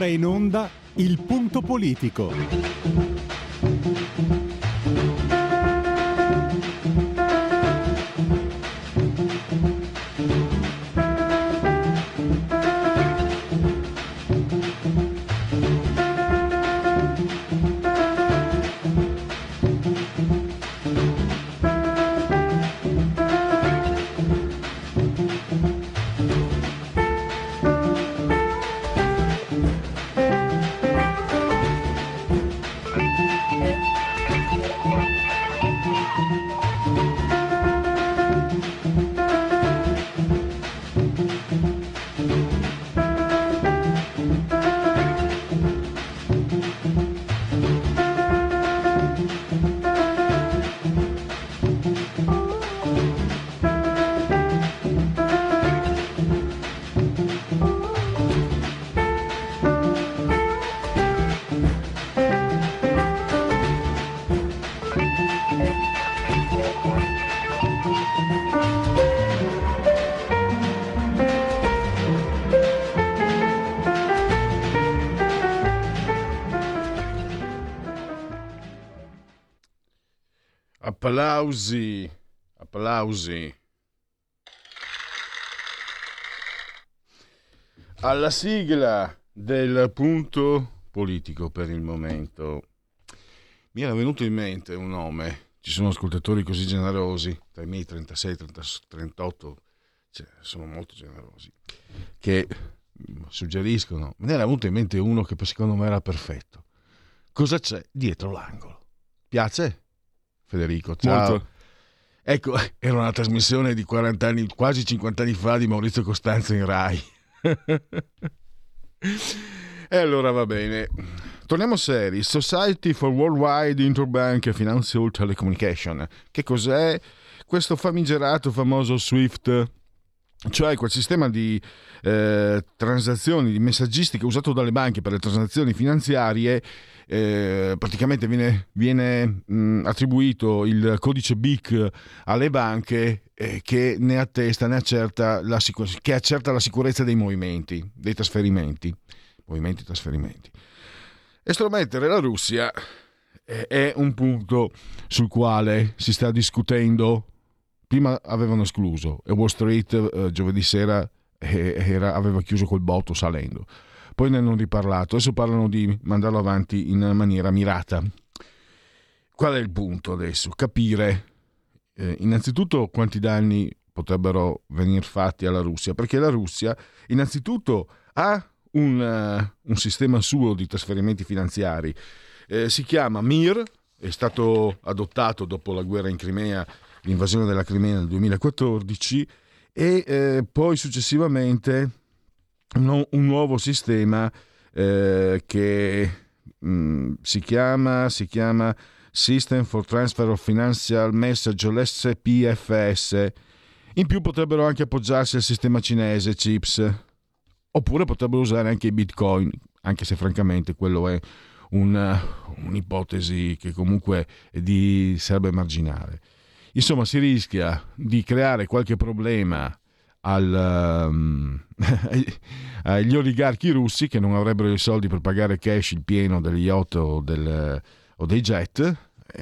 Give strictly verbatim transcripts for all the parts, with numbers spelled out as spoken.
in onda Il Punto Politico. Applausi, applausi alla sigla del Punto Politico. Per il momento mi era venuto in mente un nome, ci sono ascoltatori così generosi, tra i miei trentasei trentotto, cioè, sono molto generosi, che suggeriscono, me ne era venuto in mente uno che secondo me era perfetto. Cosa c'è dietro l'angolo? Piace? Federico, ciao. Molto. Ecco, era una trasmissione di quaranta anni, quasi cinquanta anni fa, di Maurizio Costanzo in Rai. E allora va bene. Torniamo seri. Society for Worldwide Interbank Financial Telecommunication. Che cos'è questo famigerato, famoso SWIFT? Cioè quel sistema di eh, transazioni, di messaggistica usato dalle banche per le transazioni finanziarie. Eh, praticamente viene, viene mh, attribuito il codice B I C alle banche eh, che ne attesta, ne accerta la, sicur- che accerta la sicurezza dei movimenti, dei trasferimenti, movimenti e trasferimenti. Estromettere la Russia eh, è un punto sul quale si sta discutendo. Prima avevano escluso e Wall Street eh, giovedì sera eh, era, aveva chiuso col botto salendo. Poi ne hanno riparlato, adesso parlano di mandarlo avanti in maniera mirata. Qual è il punto adesso? Capire eh, innanzitutto quanti danni potrebbero venir fatti alla Russia, perché la Russia innanzitutto ha un, uh, un sistema suo di trasferimenti finanziari, eh, si chiama M I R, è stato adottato dopo la guerra in Crimea, l'invasione della Crimea nel duemilaquattordici, e eh, poi successivamente un nuovo sistema eh, che mh, si chiama si chiama System for Transfer of Financial Message, l'S P F S. In più potrebbero anche appoggiarsi al sistema cinese C I P S, oppure potrebbero usare anche i bitcoin, anche se francamente quello è un, un'ipotesi che comunque è di, sarebbe marginale. Insomma, si rischia di creare qualche problema al, um, agli oligarchi russi che non avrebbero i soldi per pagare cash il pieno degli yacht o, del, o dei jet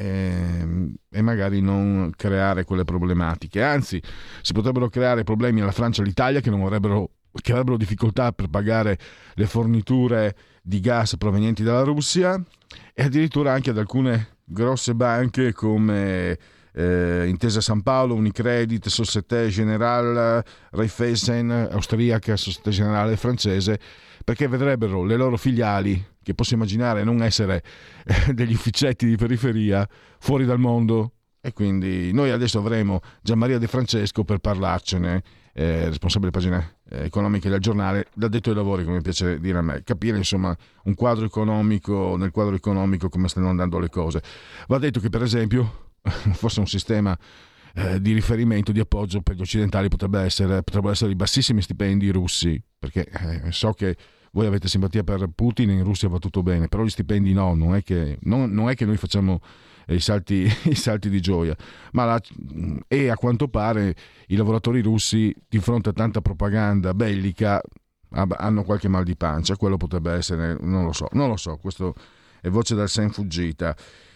e, e magari non creare quelle problematiche. Anzi, si potrebbero creare problemi alla Francia e all'Italia che non avrebbero, che avrebbero difficoltà per pagare le forniture di gas provenienti dalla Russia, e addirittura anche ad alcune grosse banche come Eh, Intesa San Paolo, Unicredit, Société Générale, Raiffeisen, austriaca, Société Générale francese, perché vedrebbero le loro filiali, che posso immaginare non essere eh, degli ufficetti di periferia, fuori dal mondo. E quindi noi adesso avremo Gianmaria De Francesco per parlarcene, eh, responsabile pagine eh, economiche del giornale, l'addetto ai lavori, come piace dire a me, capire insomma un quadro economico, nel quadro economico come stanno andando le cose. Va detto che per esempio forse un sistema eh, di riferimento, di appoggio per gli occidentali potrebbe essere, potrebbero essere i bassissimi stipendi russi, perché eh, so che voi avete simpatia per Putin, in Russia va tutto bene, però gli stipendi no, non è che, non, non è che noi facciamo eh, i, salti, i salti di gioia, ma la, e a quanto pare i lavoratori russi di fronte a tanta propaganda bellica hanno qualche mal di pancia, quello potrebbe essere, non lo so, non lo so, questo è voce dal sen fuggita.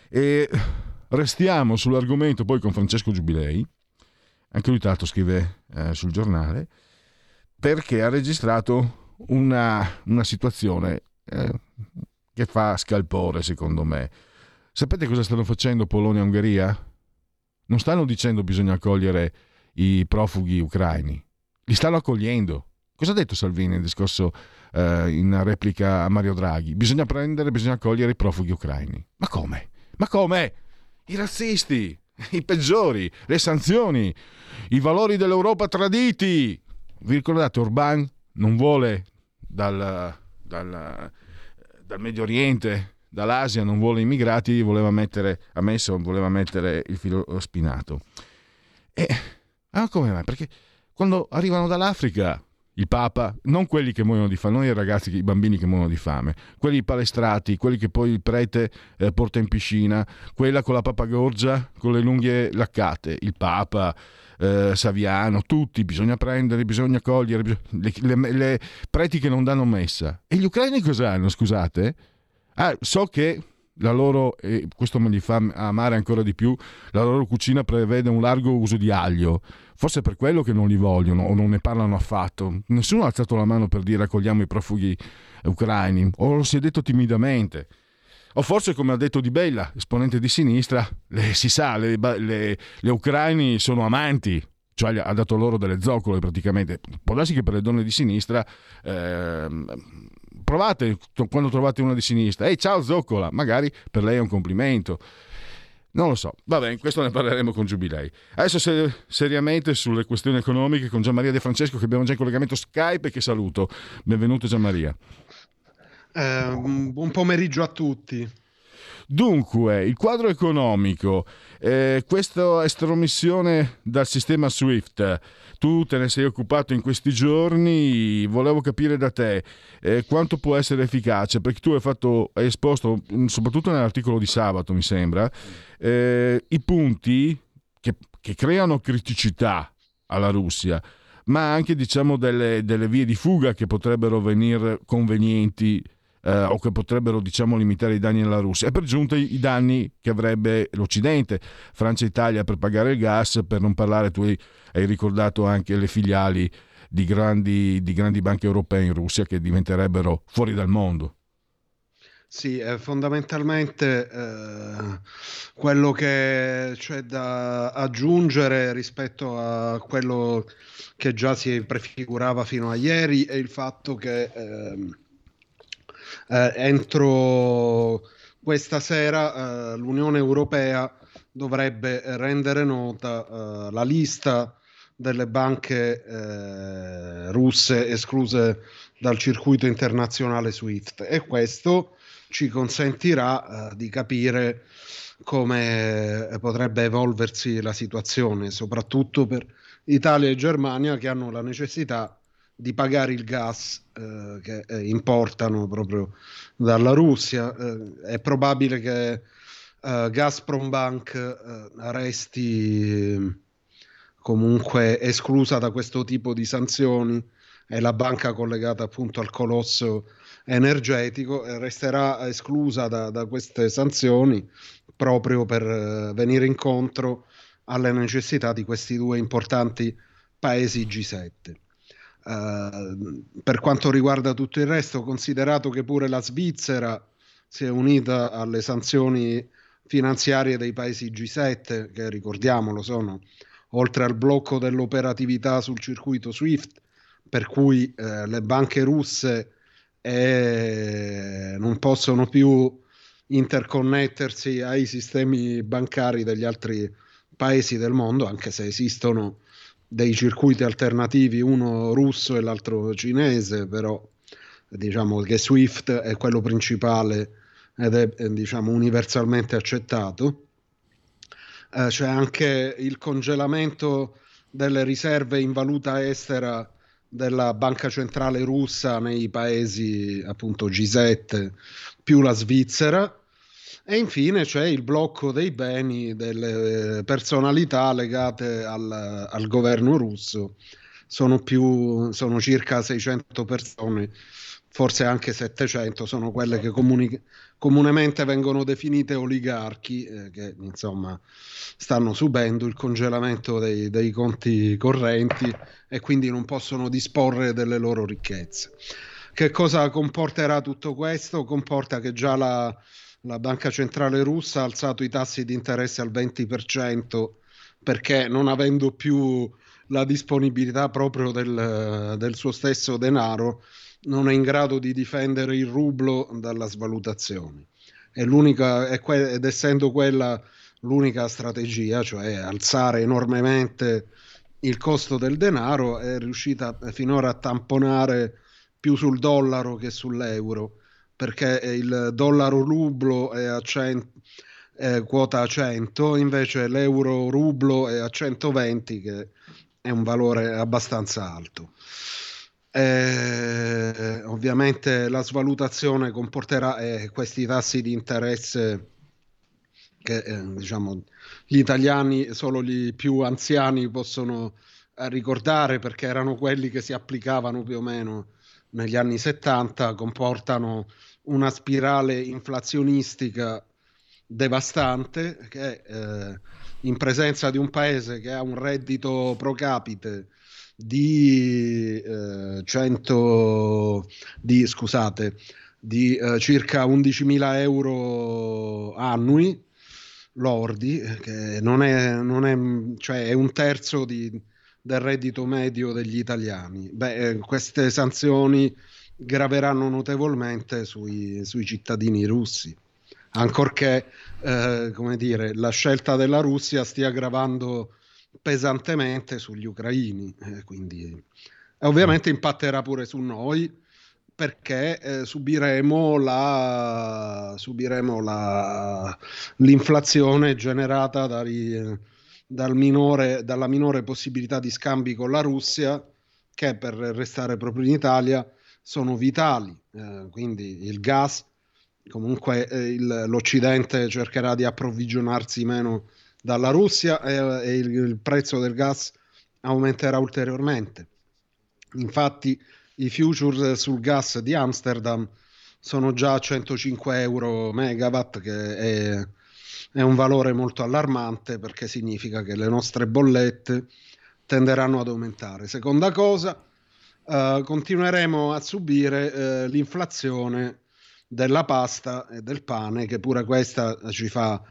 E restiamo sull'argomento poi con Francesco Giubilei, anche lui tra l'altro scrive eh, sul giornale, perché ha registrato una, una situazione eh, che fa scalpore secondo me. Sapete cosa stanno facendo Polonia e Ungheria? Non stanno dicendo bisogna accogliere i profughi ucraini, li stanno accogliendo. Cosa ha detto Salvini nel discorso eh, in replica a Mario Draghi? Bisogna prendere, bisogna accogliere i profughi ucraini. Ma come? Ma come? I razzisti, i peggiori, le sanzioni, i valori dell'Europa traditi. Vi ricordate, Orbán non vuole dal, dal, dal Medio Oriente, dall'Asia, non vuole immigrati, voleva mettere, ha messo, voleva mettere il filo spinato. E ah, come mai? Perché quando arrivano dall'Africa, il Papa, non quelli che muoiono di fame, non i ragazzi, i bambini che muoiono di fame, quelli palestrati, quelli che poi il prete eh, porta in piscina, quella con la papagorgia, con le unghie laccate, il Papa, eh, Saviano, tutti, bisogna prendere, bisogna cogliere, bisogna, le, le, le preti che non danno messa. E gli ucraini cosa hanno, scusate? Ah, so che la loro, e questo me li fa amare ancora di più, la loro cucina prevede un largo uso di aglio, forse per quello che non li vogliono o non ne parlano affatto. Nessuno ha alzato la mano per dire accogliamo i profughi ucraini, o lo si è detto timidamente, o forse come ha detto Di Bella, esponente di sinistra, le, si sa, le, le, le ucraini sono amanti, cioè ha dato loro delle zoccole praticamente. Può darsi che per le donne di sinistra eh, provate, quando trovate una di sinistra, ehi ciao zoccola, magari per lei è un complimento, non lo so. Va bene, questo ne parleremo con Giubilei. Adesso se, seriamente sulle questioni economiche con Gianmaria De Francesco, che abbiamo già in collegamento Skype e che saluto. Benvenuto Gianmaria. Eh, buon pomeriggio a tutti. Dunque, il quadro economico, eh, questa estromissione dal sistema SWIFT, tu te ne sei occupato in questi giorni, volevo capire da te eh, quanto può essere efficace, perché tu hai, fatto, hai esposto, soprattutto nell'articolo di sabato mi sembra, eh, i punti che, che creano criticità alla Russia, ma anche diciamo delle, delle vie di fuga che potrebbero venire convenienti Uh, o che potrebbero diciamo limitare i danni alla Russia, e per giunta i, i danni che avrebbe l'Occidente, Francia e Italia per pagare il gas, per non parlare, tu hai, hai ricordato anche le filiali di grandi, di grandi banche europee in Russia che diventerebbero fuori dal mondo. Sì, eh, fondamentalmente eh, quello che c'è da aggiungere rispetto a quello che già si prefigurava fino a ieri è il fatto che eh, Eh, entro questa sera eh, l'Unione Europea dovrebbe rendere nota eh, la lista delle banche eh, russe escluse dal circuito internazionale SWIFT, e questo ci consentirà eh, di capire come potrebbe evolversi la situazione, soprattutto per Italia e Germania, che hanno la necessità di pagare il gas eh, che eh, importano proprio dalla Russia. Eh, è probabile che eh, Gazprom Bank eh, resti comunque esclusa da questo tipo di sanzioni, è la banca collegata appunto al colosso energetico, e resterà esclusa da, da queste sanzioni proprio per eh, venire incontro alle necessità di questi due importanti paesi G sette. Uh, per quanto riguarda tutto il resto, considerato che pure la Svizzera si è unita alle sanzioni finanziarie dei paesi G sette, che ricordiamolo sono, oltre al blocco dell'operatività sul circuito SWIFT, per cui eh, le banche russe eh, non possono più interconnettersi ai sistemi bancari degli altri paesi del mondo, anche se esistono dei circuiti alternativi, uno russo e l'altro cinese, però diciamo che SWIFT è quello principale ed è diciamo universalmente accettato. Eh, c'è anche il congelamento delle riserve in valuta estera della banca centrale russa nei paesi appunto G sette più la Svizzera. E infine c'è il blocco dei beni delle personalità legate al, al governo russo, sono più, sono circa seicento persone, forse anche settecento, sono quelle che comuni- comunemente vengono definite oligarchi, eh, che insomma stanno subendo il congelamento dei, dei conti correnti e quindi non possono disporre delle loro ricchezze. Che cosa comporterà tutto questo? Comporta che già la, la Banca Centrale Russa ha alzato i tassi di interesse al venti per cento perché non avendo più la disponibilità proprio del, del suo stesso denaro, non è in grado di difendere il rublo dalla svalutazione. È l'unica, è que- ed essendo quella l'unica strategia, cioè alzare enormemente il costo del denaro, è riuscita finora a tamponare più sul dollaro che sull'euro, perché il dollaro rublo è a cento, è quota cento, invece l'euro rublo è a centoventi, che è un valore abbastanza alto. Eh, ovviamente la svalutazione comporterà eh, questi tassi di interesse che eh, diciamo gli italiani, solo gli più anziani possono eh, ricordare perché erano quelli che si applicavano più o meno negli anni settanta, comportano una spirale inflazionistica devastante che eh, in presenza di un paese che ha un reddito pro capite di eh, cento di scusate di eh, circa undicimila euro annui lordi, eh, che non è, non è, cioè è un terzo di, del reddito medio degli italiani. Beh, eh, queste sanzioni graveranno notevolmente sui, sui cittadini russi, ancorché, eh, come dire, la scelta della Russia stia gravando pesantemente sugli ucraini, eh, quindi e ovviamente impatterà pure su noi perché eh, subiremo la, subiremo la, l'inflazione generata da ri- dal minore, dalla minore possibilità di scambi con la Russia, che per restare proprio in Italia sono vitali. Eh, quindi il gas, comunque eh, il- l'Occidente cercherà di approvvigionarsi meno dalla Russia e, e il, il prezzo del gas aumenterà ulteriormente. Infatti, i future sul gas di Amsterdam sono già a centocinque euro megawatt, che è, è un valore molto allarmante perché significa che le nostre bollette tenderanno ad aumentare. Seconda cosa, eh, continueremo a subire eh, l'inflazione della pasta e del pane, che pure questa ci fa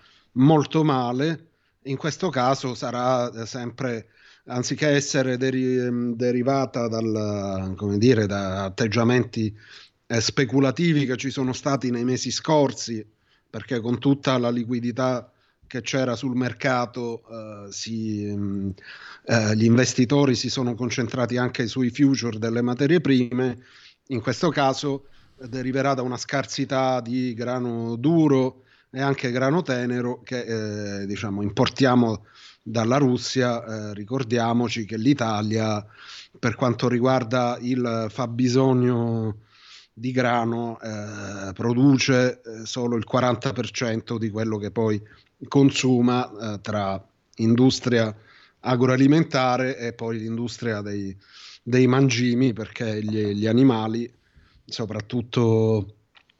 molto male. In questo caso sarà eh, sempre, anziché essere deri- derivata dal, come dire, da atteggiamenti eh, speculativi che ci sono stati nei mesi scorsi, perché con tutta la liquidità che c'era sul mercato, eh, si, mh, eh, gli investitori si sono concentrati anche sui future delle materie prime. In questo caso eh, deriverà da una scarsità di grano duro e anche grano tenero che eh, diciamo importiamo dalla Russia. Eh, ricordiamoci che l'Italia, per quanto riguarda il fabbisogno di grano, eh, produce eh, solo il quaranta per cento di quello che poi consuma eh, tra industria agroalimentare e poi l'industria dei, dei mangimi, perché gli, gli animali, soprattutto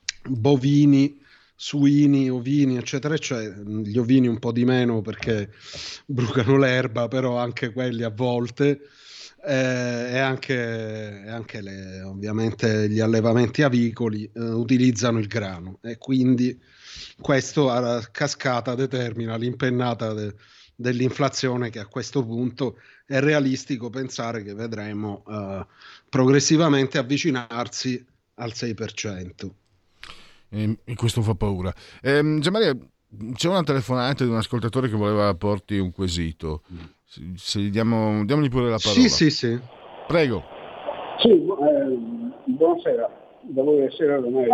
bovini, suini, ovini, eccetera, eccetera. Gli ovini un po' di meno perché brucano l'erba, però anche quelli a volte. Eh, e anche, e anche le, ovviamente gli allevamenti avicoli eh, utilizzano il grano e quindi questo a cascata determina l'impennata de, dell'inflazione, che a questo punto è realistico pensare che vedremo eh, progressivamente avvicinarsi al sei per cento. E, e questo fa paura. Ehm, Gianmaria, c'è una telefonata di un ascoltatore che voleva porti un quesito. Se, se gli diamo, diamogli pure la Sì, parola. sì, sì. Prego. Sì, eh, buonasera, da voi è Sera d'America.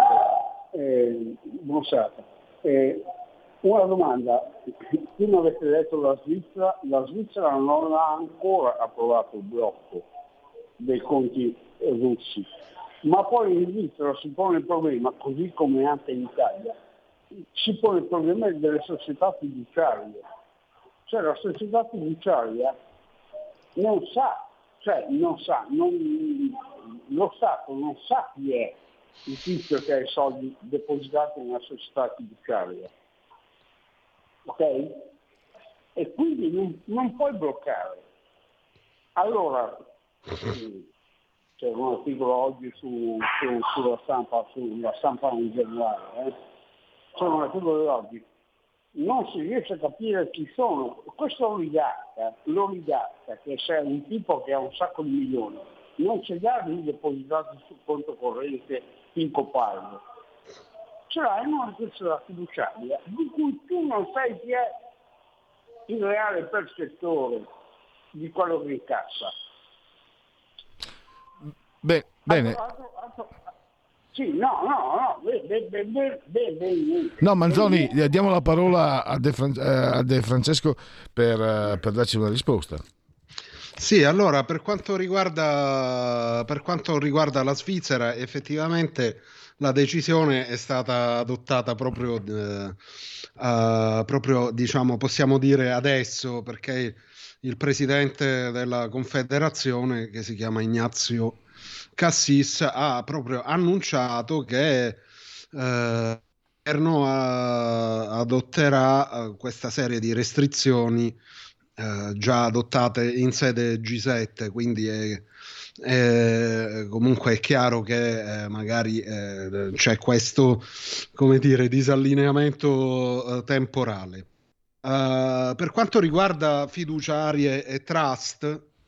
Eh, buonasera. Eh, una domanda, prima avete detto la Svizzera, la Svizzera non ha ancora approvato il blocco dei conti russi, ma poi in Svizzera si pone il problema, così come anche in Italia, si pone il problema delle società fiduciarie. Cioè la società fiduciaria non sa cioè non sa, non, lo Stato non sa chi è il tizio che ha i soldi depositati nella società fiduciaria, ok? E quindi non, non puoi bloccare. Allora, c'è un articolo oggi su, su, sulla stampa, sulla stampa in generale, eh? C'è un articolo di oggi, non si riesce a capire chi sono. Questo oligarca, l'oligarca, che c'è un tipo che ha un sacco di milioni, non ce li ha lì depositati sul conto corrente in Copilot, ce l'ha in una società fiduciaria di cui tu non sai chi è il reale percettore di quello che incassa. Beh, bene. Altro, altro, altro, sì, no, no, no, beh, beh, beh, beh, beh, no, Manzoni, diamo la parola a De, Fran- a De Francesco per, per darci una risposta. Sì, allora per quanto riguarda per quanto riguarda la Svizzera, effettivamente la decisione è stata adottata proprio, eh, uh, proprio diciamo, possiamo dire adesso, perché il presidente della Confederazione, che si chiama Ignazio Cassis, ha proprio annunciato che eh, il governo uh, adotterà uh, questa serie di restrizioni Uh, già adottate in sede G sette, quindi è, è, comunque è chiaro che eh, magari eh, c'è questo, come dire, disallineamento uh, temporale. Uh, per quanto riguarda fiduciarie e trust,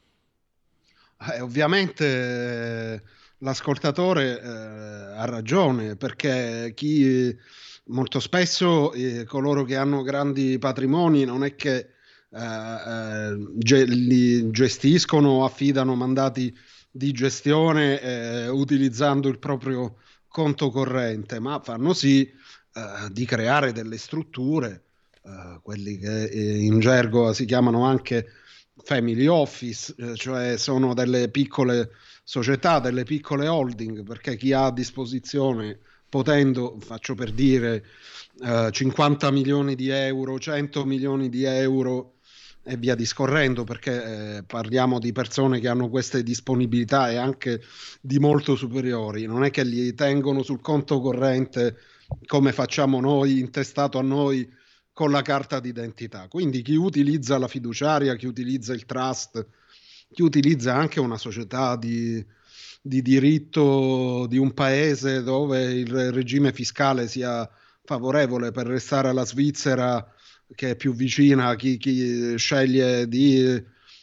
eh, ovviamente eh, l'ascoltatore eh, ha ragione, perché chi molto spesso eh, coloro che hanno grandi patrimoni non è che Uh, uh, ge- li gestiscono o affidano mandati di gestione uh, utilizzando il proprio conto corrente, ma fanno sì uh, di creare delle strutture, uh, quelli che in gergo si chiamano anche family office, uh, cioè sono delle piccole società, delle piccole holding, perché chi ha a disposizione, potendo, faccio per dire, uh, cinquanta milioni di euro, cento milioni di euro e via discorrendo, perché eh, parliamo di persone che hanno queste disponibilità e anche di molto superiori, non è che li tengono sul conto corrente come facciamo noi, intestato a noi con la carta d'identità. Quindi chi utilizza la fiduciaria, chi utilizza il trust, chi utilizza anche una società di, di diritto di un paese dove il regime fiscale sia favorevole, per restare alla Svizzera che è più vicina, chi, chi sceglie di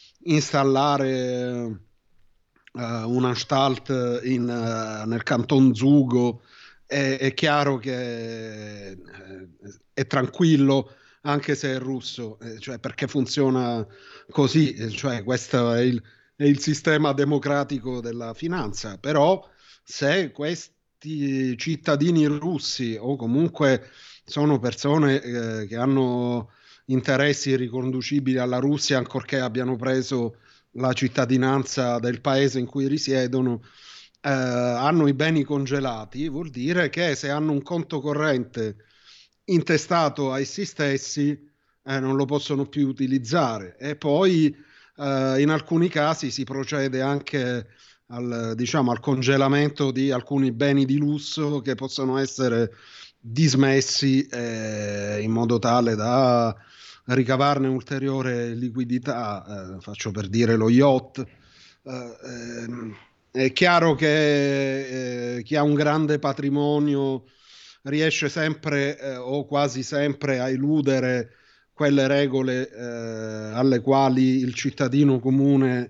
installare uh, un'anstalt in, uh, nel canton Zugo, è, è chiaro che è, è tranquillo anche se è russo, eh, cioè perché funziona così, cioè questo è il, è il sistema democratico della finanza. Però se questi cittadini russi o comunque sono persone eh, che hanno interessi riconducibili alla Russia, ancorché abbiano preso la cittadinanza del paese in cui risiedono, eh, hanno i beni congelati, vuol dire che se hanno un conto corrente intestato a essi stessi eh, non lo possono più utilizzare. E poi eh, in alcuni casi si procede anche al, diciamo, al congelamento di alcuni beni di lusso che possono essere dismessi eh, in modo tale da ricavarne ulteriore liquidità, eh, faccio per dire lo yacht. Eh, ehm, è chiaro che eh, chi ha un grande patrimonio riesce sempre eh, o quasi sempre a eludere quelle regole eh, alle quali il cittadino comune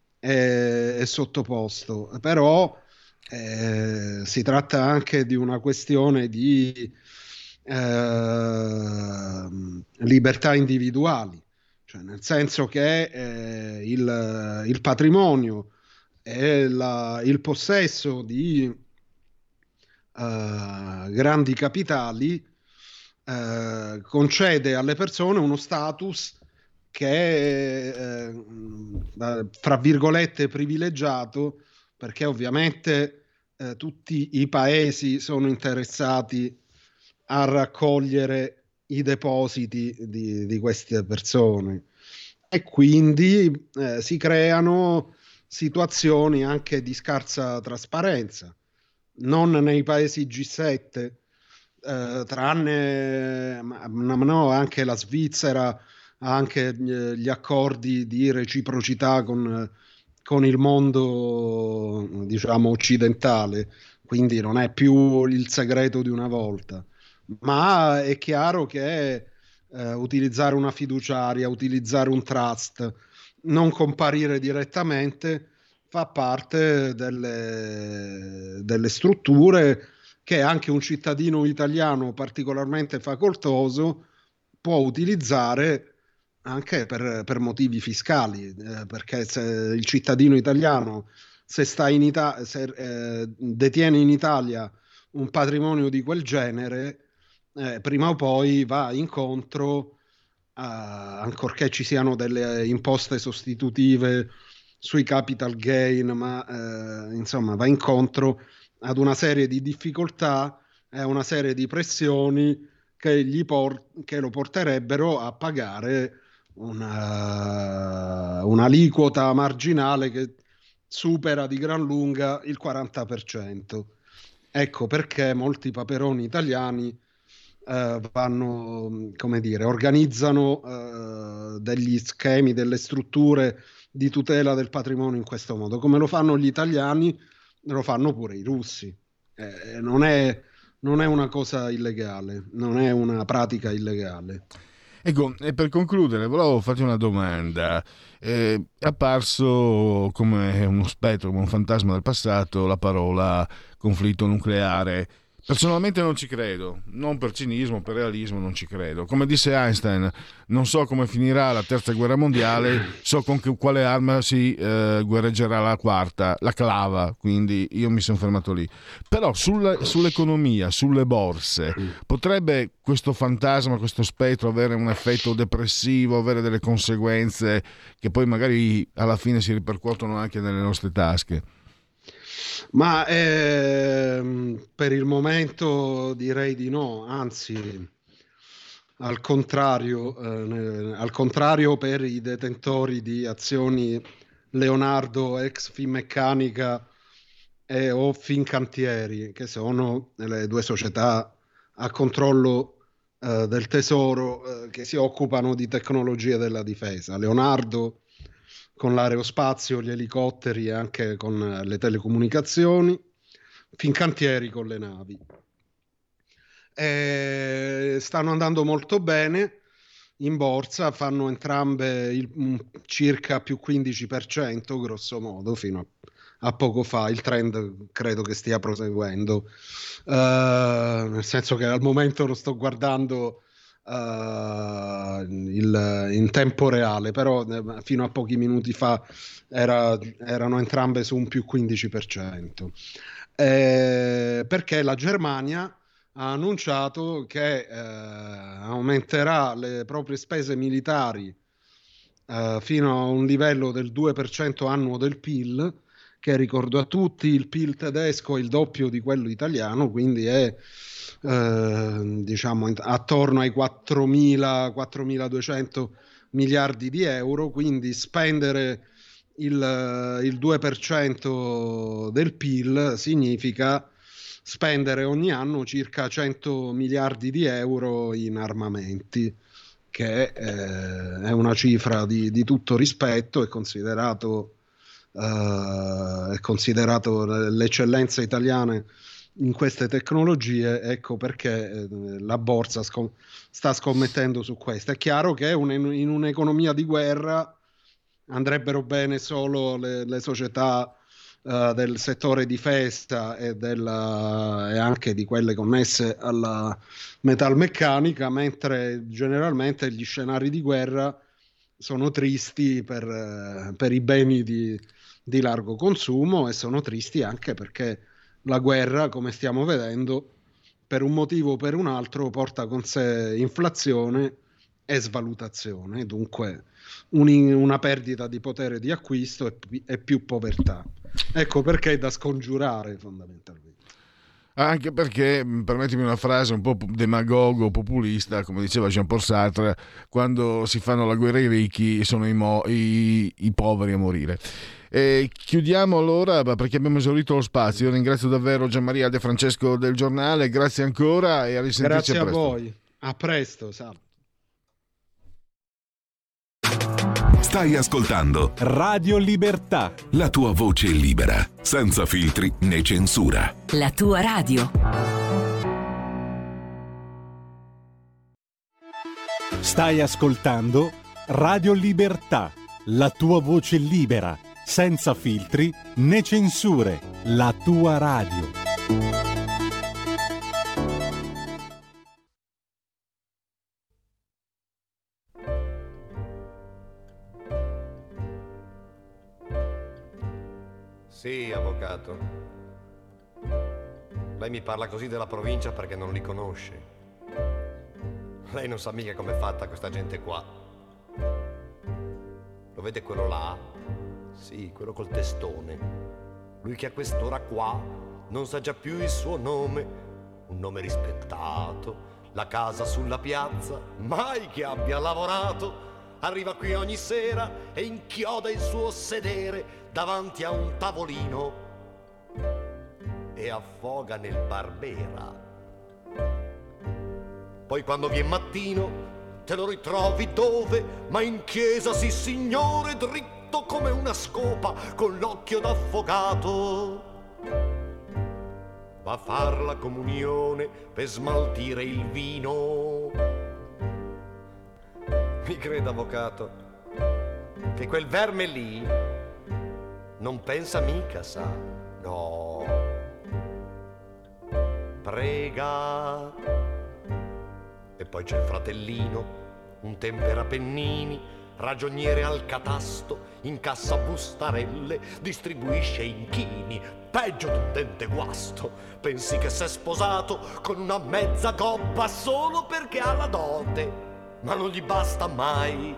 è, è sottoposto, però Eh, si tratta anche di una questione di eh, libertà individuali, cioè nel senso che eh, il, il patrimonio e la, il possesso di eh, grandi capitali eh, concede alle persone uno status che è eh, fra virgolette privilegiato, perché ovviamente eh, tutti i paesi sono interessati a raccogliere i depositi di, di queste persone e quindi eh, si creano situazioni anche di scarsa trasparenza, non nei paesi G sette, eh, tranne ma, no, anche la Svizzera ha anche gli accordi di reciprocità con, con il mondo, diciamo, occidentale, quindi non è più il segreto di una volta, ma è chiaro che eh, utilizzare una fiduciaria, utilizzare un trust, non comparire direttamente fa parte delle, delle strutture che anche un cittadino italiano particolarmente facoltoso può utilizzare anche per, per motivi fiscali, eh, perché se il cittadino italiano se, sta in Ita- se eh, detiene in Italia un patrimonio di quel genere, eh, prima o poi va incontro a, ancorché ci siano delle imposte sostitutive sui capital gain, ma eh, insomma va incontro ad una serie di difficoltà e a una serie di pressioni che, gli por- che lo porterebbero a pagare una, un'aliquota marginale che supera di gran lunga il quaranta per cento. Ecco perché molti paperoni italiani eh, vanno, come dire, organizzano eh, degli schemi, delle strutture di tutela del patrimonio in questo modo. Come lo fanno gli italiani, lo fanno pure i russi. Eh, non è, non è una cosa illegale, non è una pratica illegale. Ecco, e per concludere, volevo farti una domanda. Eh, è apparso come uno spettro, come un fantasma del passato, la parola conflitto nucleare. Personalmente non ci credo, non per cinismo, per realismo non ci credo. Come disse Einstein, non so come finirà la terza guerra mondiale, so con che, quale arma si eh, guerreggerà la quarta, la clava, quindi io mi sono fermato lì. Però sulla, sull'economia, sulle borse, potrebbe questo fantasma, questo spettro avere un effetto depressivo, avere delle conseguenze che poi magari alla fine si ripercuotono anche nelle nostre tasche? Ma ehm, per il momento direi di no, anzi al contrario, eh, al contrario per i detentori di azioni Leonardo, ex Finmeccanica e o Fincantieri, che sono le due società a controllo eh, del tesoro eh, che si occupano di tecnologie della difesa. Leonardo con l'aerospazio, gli elicotteri e anche con le telecomunicazioni, Fincantieri con le navi. E stanno andando molto bene in borsa, fanno entrambe il, circa più quindici per cento grosso modo fino a, a poco fa. Il trend credo che stia proseguendo, uh, nel senso che al momento lo sto guardando Uh, il, in tempo reale, però eh, fino a pochi minuti fa era, erano entrambe su un più quindici per cento, eh, perché la Germania ha annunciato che eh, aumenterà le proprie spese militari eh, fino a un livello del due per cento annuo del P I L, che ricordo a tutti il P I L tedesco è il doppio di quello italiano, quindi è Eh, diciamo attorno ai quattromila quattromiladuecento miliardi di euro, quindi spendere il, il due per cento del P I L significa spendere ogni anno circa cento miliardi di euro in armamenti, che eh, è una cifra di, di tutto rispetto, è considerato, eh, è considerato le eccellenze italiane in queste tecnologie, ecco perché eh, la borsa scom- sta scommettendo su questo. È chiaro che un, in un'economia di guerra andrebbero bene solo le, le società uh, del settore difesa e, della, e anche di quelle connesse alla metalmeccanica, mentre generalmente gli scenari di guerra sono tristi per, uh, per i beni di, di largo consumo, e sono tristi anche perché la guerra, come stiamo vedendo, per un motivo o per un altro porta con sé inflazione e svalutazione, dunque un, una perdita di potere di acquisto e, e più povertà. Ecco perché è da scongiurare fondamentalmente. Anche perché, permettimi una frase un po' demagogo, populista, come diceva Jean-Paul Sartre, quando si fanno la guerra ai ricchi sono i, mo- i-, i poveri a morire. E chiudiamo allora perché abbiamo esaurito lo spazio. Io ringrazio davvero Gianmaria De Francesco del Giornale, grazie ancora e a risentirci. Grazie a, a presto. voi, a presto. Sam. Stai ascoltando Radio Libertà, la tua voce libera, senza filtri né censura. La tua radio. stai ascoltando Radio Libertà, la tua voce libera, senza filtri né censure. La tua radio. Sì, avvocato. Lei mi parla così della provincia perché non li conosce. Lei non sa mica com'è fatta questa gente qua. Lo vede quello là? Sì, quello col testone. Lui che a quest'ora qua non sa già più il suo nome. Un nome rispettato, la casa sulla piazza, mai che abbia lavorato. Arriva qui ogni sera e inchioda il suo sedere davanti a un tavolino e affoga nel Barbera. Poi quando viene mattino te lo ritrovi dove? Ma in chiesa, sì signore, dritto come una scopa con l'occhio d'affogato. Va a far la comunione per smaltire il vino. Mi creda, avvocato, che quel verme lì non pensa mica, sa? No. Prega. E poi c'è il fratellino, un temperapennini, ragioniere al catasto, incassa bustarelle, distribuisce inchini, peggio d'un dente guasto. Pensi che s'è sposato con una mezza gobba solo perché ha la dote, ma non gli basta mai.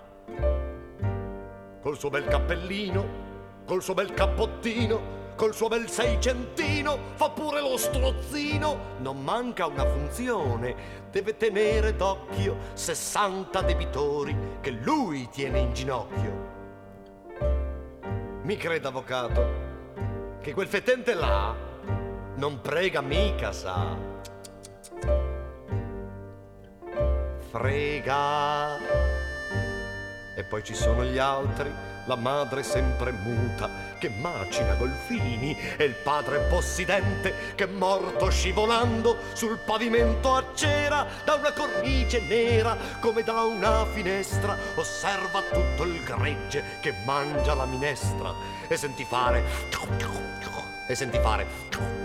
Col suo bel cappellino, col suo bel cappottino, col suo bel seicentino, fa pure lo strozzino, non manca una funzione, deve tenere d'occhio sessanta debitori che lui tiene in ginocchio. Mi creda, avvocato, che quel fetente là non prega mica, sa? Frega. E poi ci sono gli altri, la madre sempre muta che macina golfini e il padre possidente che morto scivolando sul pavimento a cera da una cornice nera come da una finestra osserva tutto il gregge che mangia la minestra e senti fare e senti fare.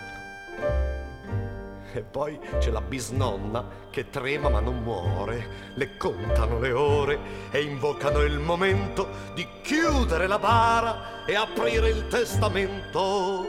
E poi c'è la bisnonna che trema ma non muore, le contano le ore e invocano il momento di chiudere la bara e aprire il testamento.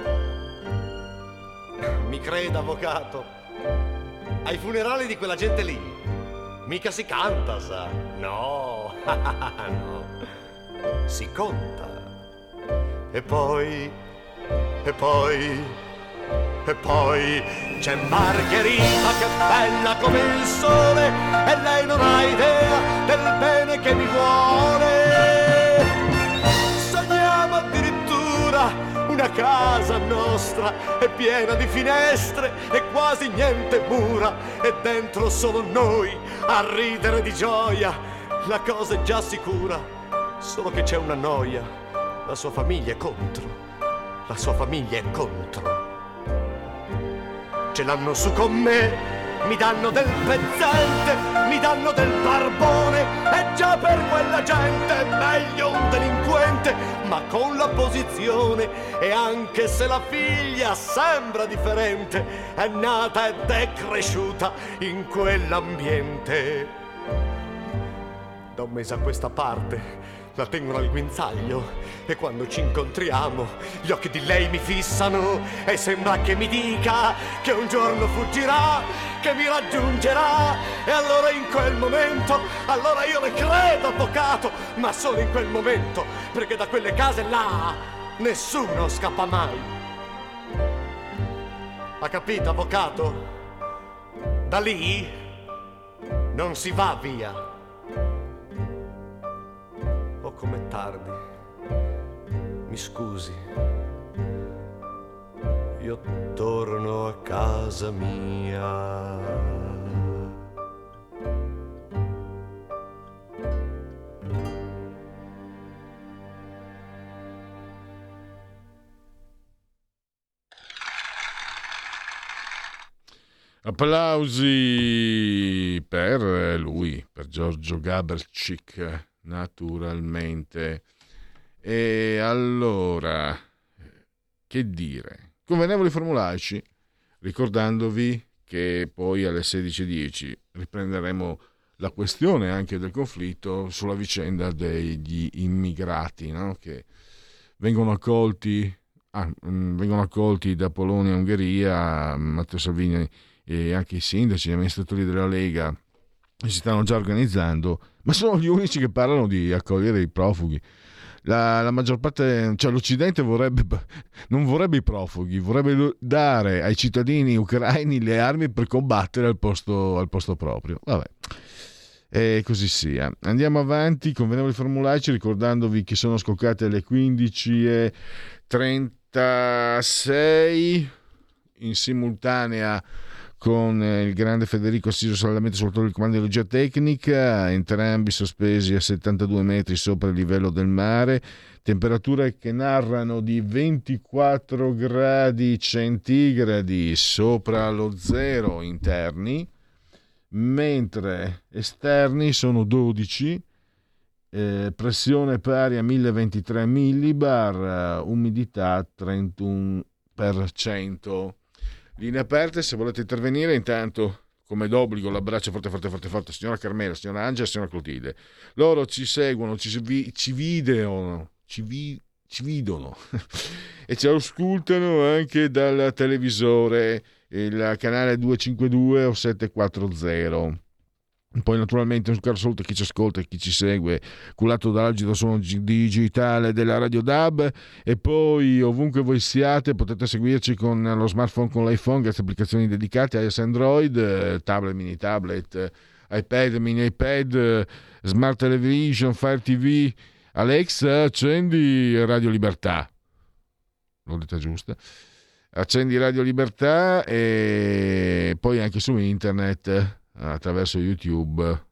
Mi creda, avvocato, ai funerali di quella gente lì mica si canta, sa? No, no, si conta. E poi, e poi... E poi c'è Margherita che è bella come il sole e lei non ha idea del bene che mi vuole. Sogniamo addirittura una casa nostra è piena di finestre e quasi niente mura e dentro solo noi a ridere di gioia. La cosa è già sicura, solo che c'è una noia. La sua famiglia è contro, la sua famiglia è contro. Ce l'hanno su con me, mi danno del pezzente, mi danno del barbone, e già per quella gente è meglio un delinquente, ma con la posizione, e anche se la figlia sembra differente, è nata ed è cresciuta in quell'ambiente. Da un mese a questa parte la tengono al guinzaglio e quando ci incontriamo gli occhi di lei mi fissano e sembra che mi dica che un giorno fuggirà, che mi raggiungerà, e allora in quel momento, allora io le credo, avvocato, ma solo in quel momento, perché da quelle case là nessuno scappa mai. Ha capito, avvocato? Da lì non si va via. Oh, com'è tardi. Mi scusi. Io torno a casa mia. Applausi per lui, per Giorgio Gabercic, naturalmente. E allora, che dire? Convenevoli formulaici, ricordandovi che poi alle sedici e dieci riprenderemo la questione anche del conflitto sulla vicenda degli immigrati, no? Che vengono accolti, ah, vengono accolti da Polonia e Ungheria. Matteo Salvini e anche i sindaci, gli amministratori della Lega si stanno già organizzando, ma sono gli unici che parlano di accogliere i profughi. La, la maggior parte, cioè l'Occidente vorrebbe, non vorrebbe i profughi, vorrebbe dare ai cittadini ucraini le armi per combattere al posto, al posto proprio. Vabbè, e così sia. Andiamo avanti, convenevoli formulaici, ricordandovi che sono scoccate le quindici e trentasei in simultanea con il grande Federico assiso saldamente sul del comando di regia tecnica, entrambi sospesi a settantadue metri sopra il livello del mare, temperature che narrano di ventiquattro gradi centigradi sopra lo zero interni, mentre esterni sono dodici, eh, pressione pari a mille ventitré millibar, umidità trentuno per cento. Linee aperte, se volete intervenire. Intanto, come d'obbligo, l'abbraccio forte forte forte forte signora Carmela, signora Angela, signora Clotilde. Loro ci seguono, ci, vi, ci videono, ci, vi, ci vedono e ci ascoltano anche dal televisore, il canale duecentocinquantadue o settecentoquaranta. Poi naturalmente un caro saluto a chi ci ascolta e chi ci segue, curato dall'agito suono digitale della Radio D A B, e poi ovunque voi siate potete seguirci con lo smartphone, con l'iPhone, grazie a applicazioni dedicate, iOS, Android, tablet, mini tablet, iPad, mini iPad, Smart Television, Fire T V. Alexa, accendi Radio Libertà. L'ho detta giusta? Accendi Radio Libertà, e poi anche su internet attraverso YouTube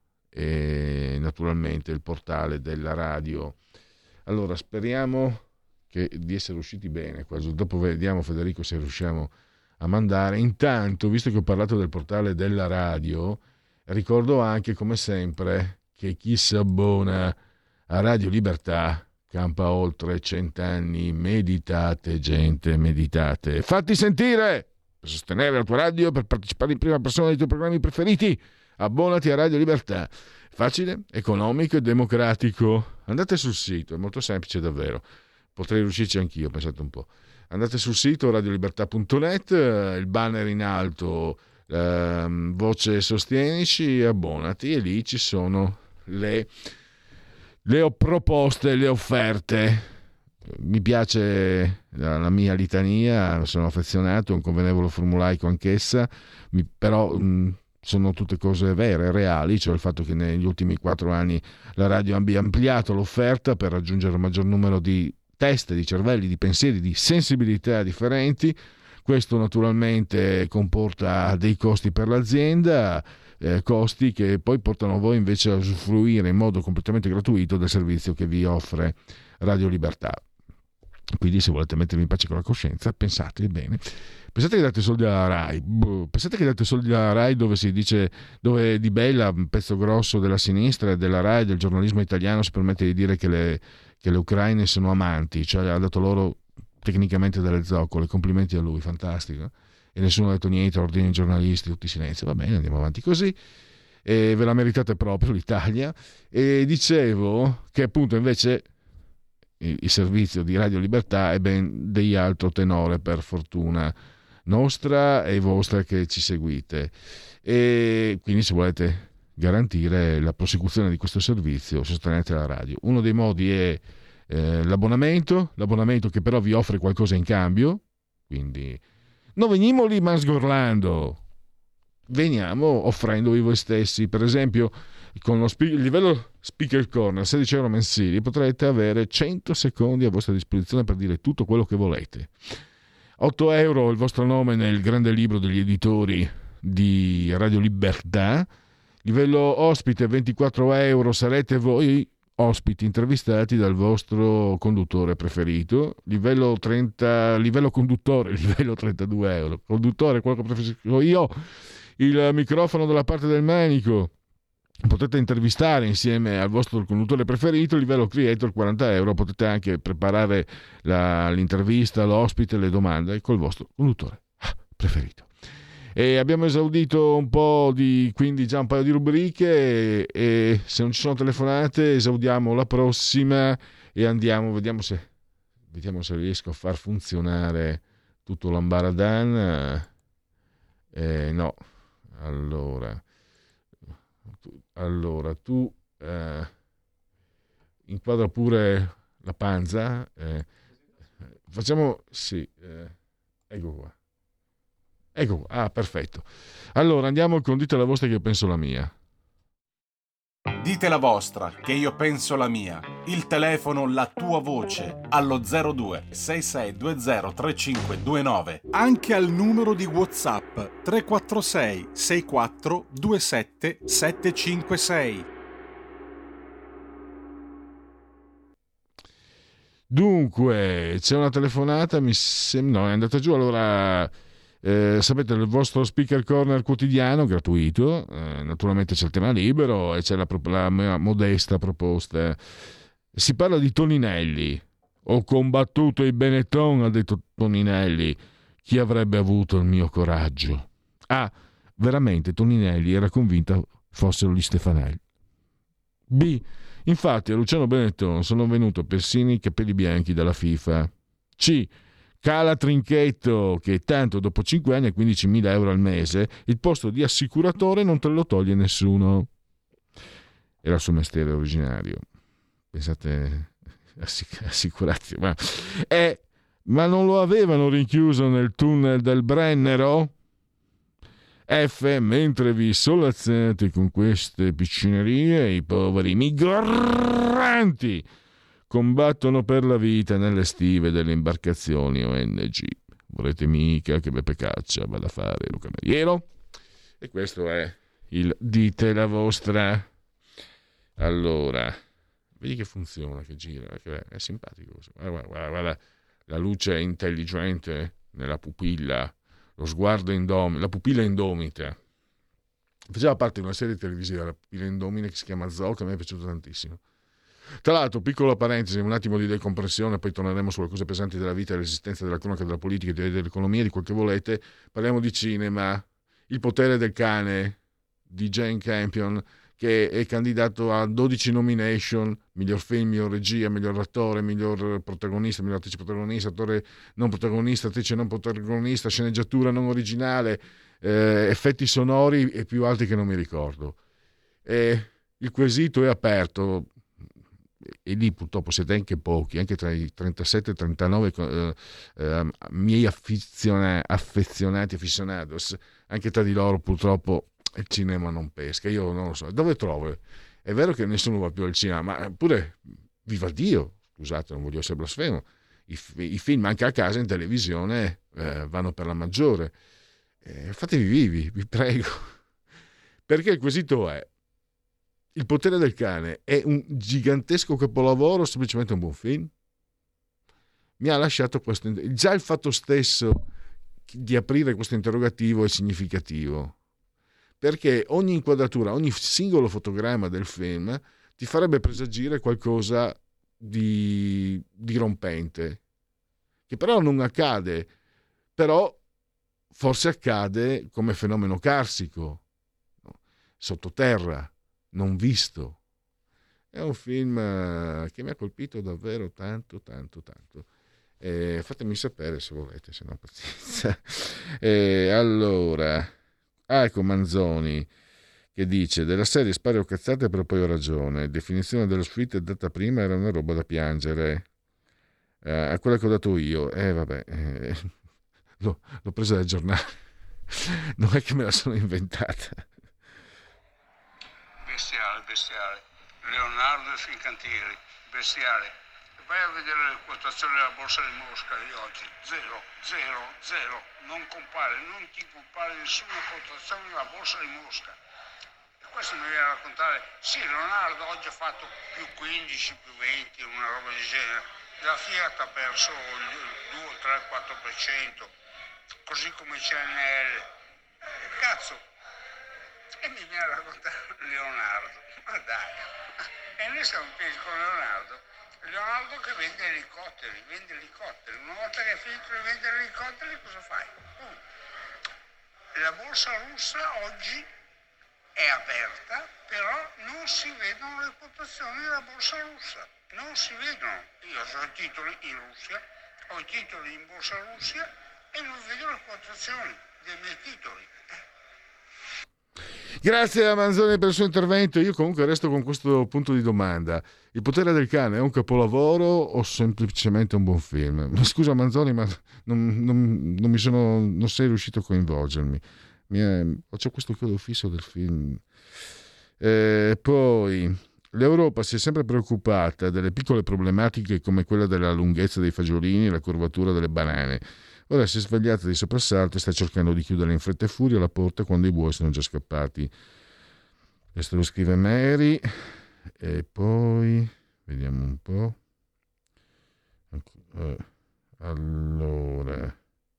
e naturalmente il portale della radio. Allora speriamo che, di essere usciti bene. Dopo vediamo, Federico, se riusciamo a mandare. Intanto, visto che ho parlato del portale della radio, ricordo anche, come sempre, che chi si abbona a Radio Libertà campa oltre cent'anni. Meditate, gente, meditate. Fatti sentire! Per sostenere la tua radio, per partecipare in prima persona ai tuoi programmi preferiti, abbonati a Radio Libertà. Facile, economico e democratico. Andate sul sito, è molto semplice davvero. Potrei riuscirci anch'io, pensate un po'. Andate sul sito radiolibertà punto net, il banner in alto, eh, voce sostienici, abbonati, e lì ci sono le, le proposte, le offerte. Mi piace la mia litania, sono affezionato, un convenevole formulaico anch'essa, mi, però mh, sono tutte cose vere, reali, cioè il fatto che negli ultimi quattro anni la radio abbia ampliato l'offerta per raggiungere un maggior numero di teste, di cervelli, di pensieri, di sensibilità differenti. Questo naturalmente comporta dei costi per l'azienda, eh, costi che poi portano voi invece a usufruire in modo completamente gratuito del servizio che vi offre Radio Libertà. Quindi, se volete mettervi in pace con la coscienza, pensate bene. Pensate che date soldi alla Rai. Pensate che date soldi alla Rai, dove si dice, dove Di Bella, un pezzo grosso della sinistra e della Rai, del giornalismo italiano, si permette di dire che le, che le ucraine sono amanti, cioè ha dato loro tecnicamente delle zoccole. Complimenti a lui, fantastico. E nessuno ha detto niente, ordini ai giornalisti, tutti silenzio. Va bene, andiamo avanti così. E ve la meritate proprio l'Italia. E dicevo che appunto invece il servizio di Radio Libertà è ben degli altro tenore, per fortuna nostra e vostra che ci seguite. E quindi, se volete garantire la prosecuzione di questo servizio, sostenete la radio. Uno dei modi è eh, l'abbonamento, l'abbonamento che però vi offre qualcosa in cambio, quindi non venimo lì ma sgorlando, veniamo offrendovi voi stessi. Per esempio, con lo spe- il livello Speaker Corner, sedici euro mensili, potrete avere cento secondi a vostra disposizione per dire tutto quello che volete. otto euro il vostro nome nel grande libro degli editori di Radio Libertà. Livello ospite ventiquattro euro, sarete voi ospiti intervistati dal vostro conduttore preferito. Livello trenta, livello conduttore, livello trentadue euro. Conduttore, quello che preferisco io, il microfono dalla parte del manico. Potete intervistare insieme al vostro conduttore preferito. Livello creator quaranta euro, potete anche preparare la, l'intervista, l'ospite, le domande col vostro conduttore preferito. E abbiamo esaudito un po' di, quindi già un paio di rubriche, e, e se non ci sono telefonate esaudiamo la prossima e andiamo, vediamo se vediamo se riesco a far funzionare tutto l'ambaradan. Eh, no, allora allora tu eh, inquadra pure la panza, eh, facciamo sì, eh, ecco qua. Ecco, ah, perfetto. Allora andiamo con dite la vostra che io penso la mia. Dite la vostra che io penso la mia. Il telefono, la tua voce allo zero due sei sei due zero tre cinque due nove. Anche al numero di WhatsApp tre quattro sei sei quattro due sette sette cinque sei. Dunque, c'è una telefonata, mi sembra, no, è andata giù. Allora Eh, sapete, il vostro Speaker Corner quotidiano gratuito, eh, naturalmente c'è il tema libero e c'è la, la mia modesta proposta. Si parla di Toninelli. Ho combattuto i Benetton, ha detto Toninelli. Chi avrebbe avuto il mio coraggio? Ah, veramente Toninelli era convinta fossero gli Stefanelli. B, infatti a Luciano Benetton sono venuti persino i capelli bianchi dalla FIFA. C, Cala Trinchetto, che tanto dopo cinque anni e quindicimila euro al mese il posto di assicuratore non te lo toglie nessuno. Era il suo mestiere originario. Pensate, assic- assicurazione. Ma, eh, ma non lo avevano rinchiuso nel tunnel del Brennero? F, mentre vi solazzate con queste piccinerie, i poveri migranti combattono per la vita nelle stive delle imbarcazioni O N G. Volete mica che Beppe Caccia vada a fare lo cameriero? E questo è il dite la vostra. Allora, vedi che funziona, che gira, che è simpatico. Guarda, guarda, guarda, la luce intelligente nella pupilla, lo sguardo indomito, la pupilla indomita. Faceva parte di una serie televisiva, la pupilla indomita, che si chiama Zoo, che a me è piaciuto tantissimo. Tra l'altro, piccola parentesi, un attimo di decompressione, poi torneremo sulle cose pesanti della vita, dell'esistenza, della cronaca, della politica, dell'economia, di quel che volete. Parliamo di cinema. Il potere del cane di Jane Campion, che è candidato a dodici nomination: miglior film, miglior regia, miglior attore, miglior protagonista, miglior attrice protagonista, attore non protagonista, attrice non protagonista, sceneggiatura non originale, eh, effetti sonori e più altri che non mi ricordo. E il quesito è aperto. E lì purtroppo siete anche pochi, anche tra i trentasette e i trentanove eh, eh, miei affiziona- affezionati aficionados, anche tra di loro purtroppo il cinema non pesca. Io non lo so dove trovo. È vero che nessuno va più al cinema, ma pure, viva Dio, scusate, non voglio essere blasfemo, i, i film anche a casa in televisione eh, vanno per la maggiore. Eh, fatevi vivi, vi prego, perché il quesito è: Il potere del cane è un gigantesco capolavoro o semplicemente un buon film? Mi ha lasciato questo. Già il fatto stesso di aprire questo interrogativo è significativo, perché ogni inquadratura, ogni singolo fotogramma del film ti farebbe presagire qualcosa di dirompente, che però non accade, però forse accade come fenomeno carsico, no? Sottoterra, non visto. È un film che mi ha colpito davvero tanto tanto tanto. Eh, fatemi sapere se volete, se no pazienza. Eh, allora, ah, ecco Manzoni che dice: della serie spari o cazzate però poi ho ragione, definizione dello sfritto data prima era una roba da piangere, eh, a quella che ho dato io, eh vabbè, eh, l'ho, l'ho presa dal giornale, non è che me la sono inventata. Bestiale, bestiale. Leonardo e Fincantieri, bestiale. Vai a vedere le quotazioni della borsa di Mosca di oggi, zero, zero, zero, non compare, non ti compare nessuna quotazione della borsa di Mosca. E questo mi viene a raccontare, sì, Leonardo oggi ha fatto più quindici, più venti, una roba del genere, la Fiat ha perso il due, tre, quattro per cento, così come C N L. Cazzo, e mi viene a raccontare Leonardo, ma dai, e noi siamo in piedi con Leonardo. Leonardo che vende elicotteri, vende elicotteri. Una volta che è finito di vendere elicotteri, cosa fai? Uh. La borsa russa oggi è aperta, però non si vedono le quotazioni della borsa russa. Non si vedono. Io ho i titoli in Russia, ho i titoli in borsa Russia e non vedo le quotazioni dei miei titoli. Grazie a Manzoni per il suo intervento. Io comunque resto con questo punto di domanda: Il potere del cane è un capolavoro o semplicemente un buon film? Scusa Manzoni, ma non, non, non mi sono non sei riuscito a coinvolgermi. Mi è, c'ho questo chiodo fisso del film. Eh, poi l'Europa si è sempre preoccupata delle piccole problematiche come quella della lunghezza dei fagiolini e la curvatura delle banane. Ora si è svegliata di soprassalto e sta cercando di chiudere in fretta e furia la porta quando i buoi sono già scappati. Questo lo scrive Mary. E poi vediamo un po'. Eh, allora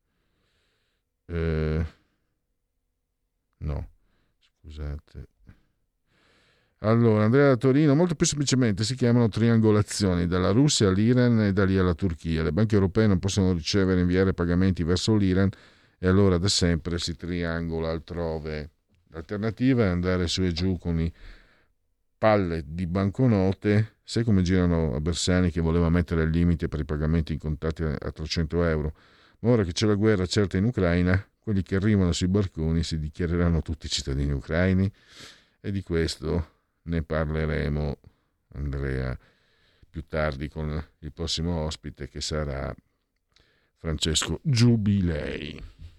eh, no, scusate. Allora, Andrea da Torino, molto più semplicemente si chiamano triangolazioni, dalla Russia all'Iran e da lì alla Turchia. Le banche europee non possono ricevere e inviare pagamenti verso l'Iran e allora da sempre si triangola altrove. L'alternativa è andare su e giù con i palle di banconote. Sai come girano a Bersani che voleva mettere il limite per i pagamenti in contanti a trecento euro? Ma ora che c'è la guerra certa in Ucraina, quelli che arrivano sui barconi si dichiareranno tutti cittadini ucraini? E di questo ne parleremo, Andrea, più tardi con il prossimo ospite che sarà Francesco Giubilei.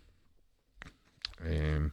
E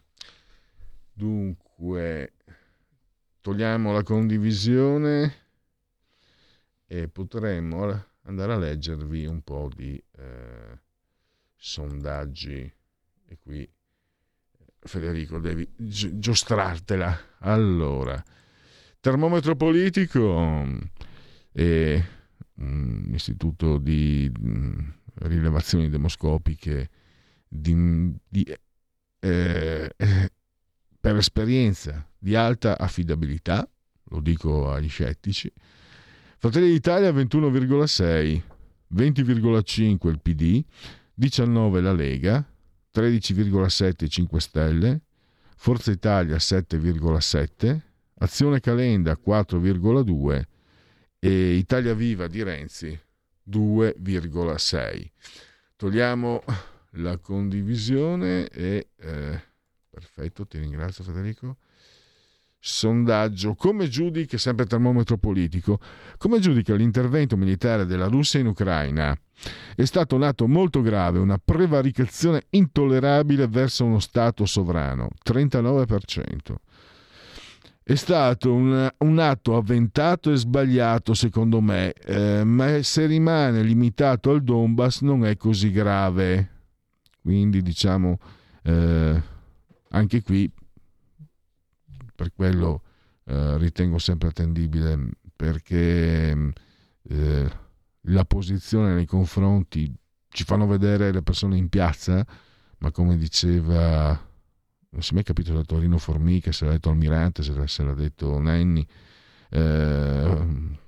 dunque togliamo la condivisione e potremmo andare a leggervi un po' di eh, sondaggi. E qui Federico devi gi- giostrartela. Allora, termometro politico e un istituto di mh, rilevazioni demoscopiche di, di, eh, eh, per esperienza di alta affidabilità, lo dico agli scettici. Fratelli d'Italia ventuno virgola sei, venti virgola cinque il P D, diciannove la Lega, tredici virgola sette cinque Stelle, Forza Italia sette virgola sette, Azione Calenda quattro virgola due e Italia Viva di Renzi due virgola sei. Togliamo la condivisione e eh, perfetto, ti ringrazio Federico. Sondaggio: come giudica, sempre termometro politico, come giudica l'intervento militare della Russia in Ucraina? È stato un atto molto grave, una prevaricazione intollerabile verso uno Stato sovrano, trentanove per cento. È stato un, un atto avventato e sbagliato secondo me, eh, ma se rimane limitato al Donbass non è così grave. Quindi diciamo eh, anche qui per quello eh, ritengo sempre attendibile, perché eh, la posizione nei confronti ci fanno vedere le persone in piazza, ma come diceva, non si è mai capito da Torino Formica, se l'ha detto Almirante, se, se l'ha detto Nenni, eh,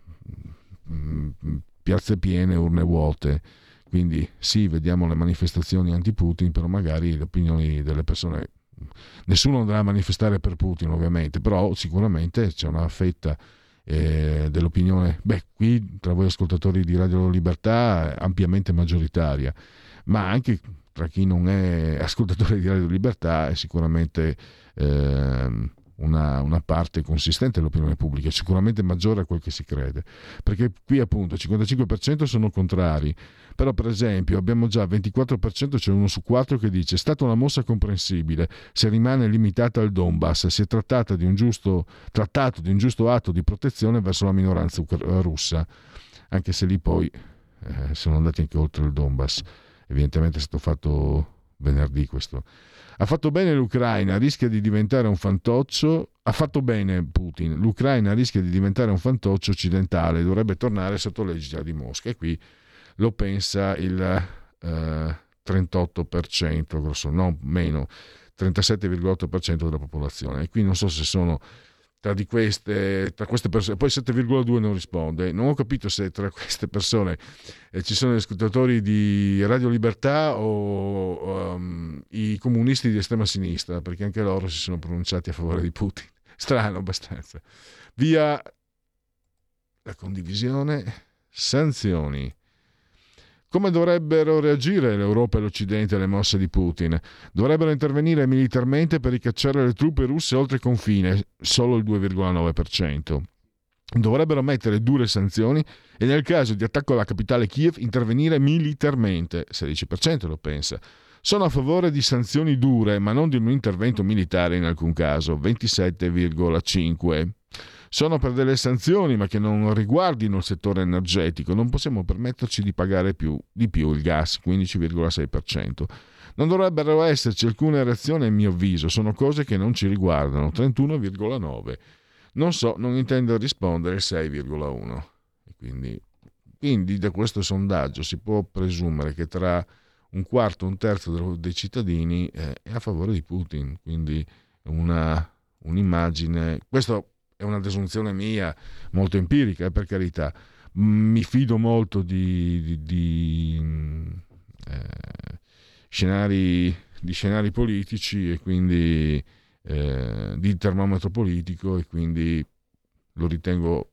piazze piene, urne vuote. Quindi sì, vediamo le manifestazioni anti-Putin, però magari le opinioni delle persone, nessuno andrà a manifestare per Putin ovviamente, però sicuramente c'è una fetta eh, dell'opinione, beh, qui tra voi ascoltatori di Radio Libertà ampiamente maggioritaria, ma anche tra chi non è ascoltatore di Radio Libertà è sicuramente eh, una, una parte consistente dell'opinione pubblica, sicuramente maggiore a quel che si crede, perché qui appunto il cinquantacinque per cento sono contrari, però per esempio abbiamo già ventiquattro per cento, cioè uno su quattro, che dice: è stata una mossa comprensibile se rimane limitata al Donbass, si è trattata di un giusto, trattato di un giusto atto di protezione verso la minoranza ucra- russa, anche se lì poi eh, sono andati anche oltre il Donbass, evidentemente è stato fatto venerdì questo. Ha fatto bene l'Ucraina, rischia di diventare un fantoccio. Ha fatto bene Putin. L'Ucraina rischia di diventare un fantoccio occidentale, dovrebbe tornare sotto l'egida di Mosca. E qui lo pensa il eh, trentotto per cento, grosso, no, meno, trentasette virgola otto per cento della popolazione. E qui non so se sono tra di queste, tra queste persone, poi sette virgola due non risponde. Non ho capito se tra queste persone eh, ci sono gli ascoltatori di Radio Libertà o um, i comunisti di estrema sinistra, perché anche loro si sono pronunciati a favore di Putin. Strano abbastanza. Via la condivisione. Sanzioni. Come dovrebbero reagire l'Europa e l'Occidente alle mosse di Putin? Dovrebbero intervenire militarmente per ricacciare le truppe russe oltre confine, solo il due virgola nove per cento. Dovrebbero mettere dure sanzioni e nel caso di attacco alla capitale Kiev intervenire militarmente, sedici per cento lo pensa. Sono a favore di sanzioni dure, ma non di un intervento militare in alcun caso, ventisette virgola cinque per cento. Sono per delle sanzioni, ma che non riguardino il settore energetico. Non possiamo permetterci di pagare più, di più il gas, quindici virgola sei per cento. Non dovrebbero esserci alcune reazioni a mio avviso, sono cose che non ci riguardano, trentuno virgola nove. Non so, non intendo rispondere, sei virgola uno. Quindi, quindi da questo sondaggio si può presumere che tra un quarto e un terzo dei cittadini è a favore di Putin, quindi una, un'immagine... Questo è una desunzione mia, molto empirica, eh, per carità. Mi fido molto di, di, di eh, scenari, di scenari politici e quindi eh, di termometro politico, e quindi lo ritengo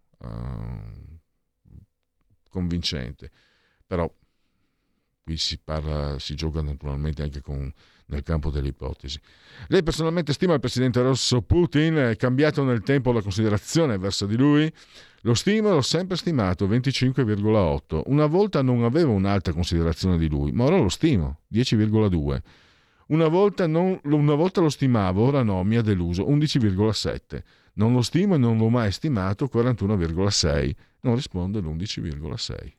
uh, convincente. Però qui si parla, si gioca naturalmente anche con, nel campo delle ipotesi. Lei personalmente stima il presidente russo Putin? È cambiato nel tempo la considerazione verso di lui? Lo stimo e l'ho sempre stimato, venticinque virgola otto. Una volta non avevo un'alta considerazione di lui, ma ora lo stimo, dieci virgola due. Una volta, non, una volta lo stimavo, ora no, mi ha deluso, undici virgola sette. Non lo stimo e non l'ho mai stimato, quarantuno virgola sei. Non risponde l'undici virgola sei.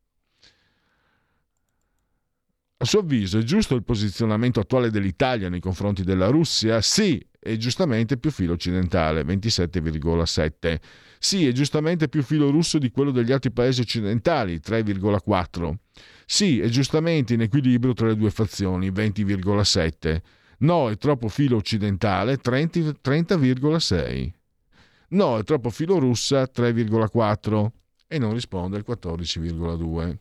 A suo avviso è giusto il posizionamento attuale dell'Italia nei confronti della Russia? Sì, è giustamente più filo occidentale, ventisette virgola sette. Sì, è giustamente più filo russo di quello degli altri paesi occidentali, tre virgola quattro. Sì, è giustamente in equilibrio tra le due fazioni, venti virgola sette. No, è troppo filo occidentale, trenta virgola sei. No, è troppo filo russa, tre virgola quattro. E non risponde il quattordici virgola due.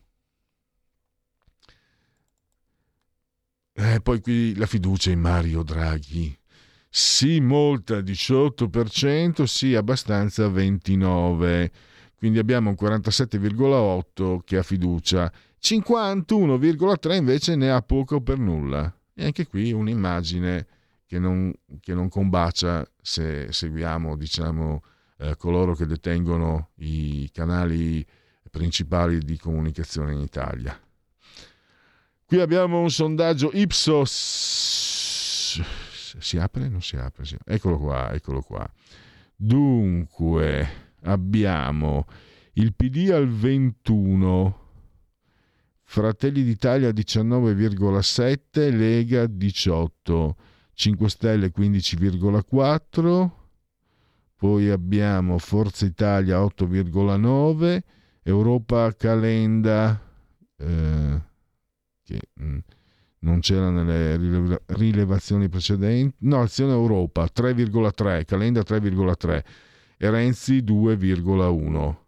Eh, poi qui la fiducia in Mario Draghi. Sì, molta, diciotto per cento, sì, abbastanza, ventinove. Quindi abbiamo un quarantasette virgola otto che ha fiducia, cinquantuno virgola tre invece ne ha poco o per nulla. E anche qui un'immagine che non, che non combacia se seguiamo, diciamo, eh, coloro che detengono i canali principali di comunicazione in Italia. Qui abbiamo un sondaggio Ipsos. Si apre? Non si apre. Si apre. Eccolo qua, eccolo qua. Dunque, abbiamo il P D al ventuno, Fratelli d'Italia diciannove virgola sette, Lega diciotto, cinque Stelle quindici virgola quattro, poi abbiamo Forza Italia otto virgola nove, Europa Calenda... Eh, che mh, non c'era nelle rilevazioni precedenti, no, Azione Europa tre virgola tre, Calenda tre virgola tre e Renzi due virgola uno.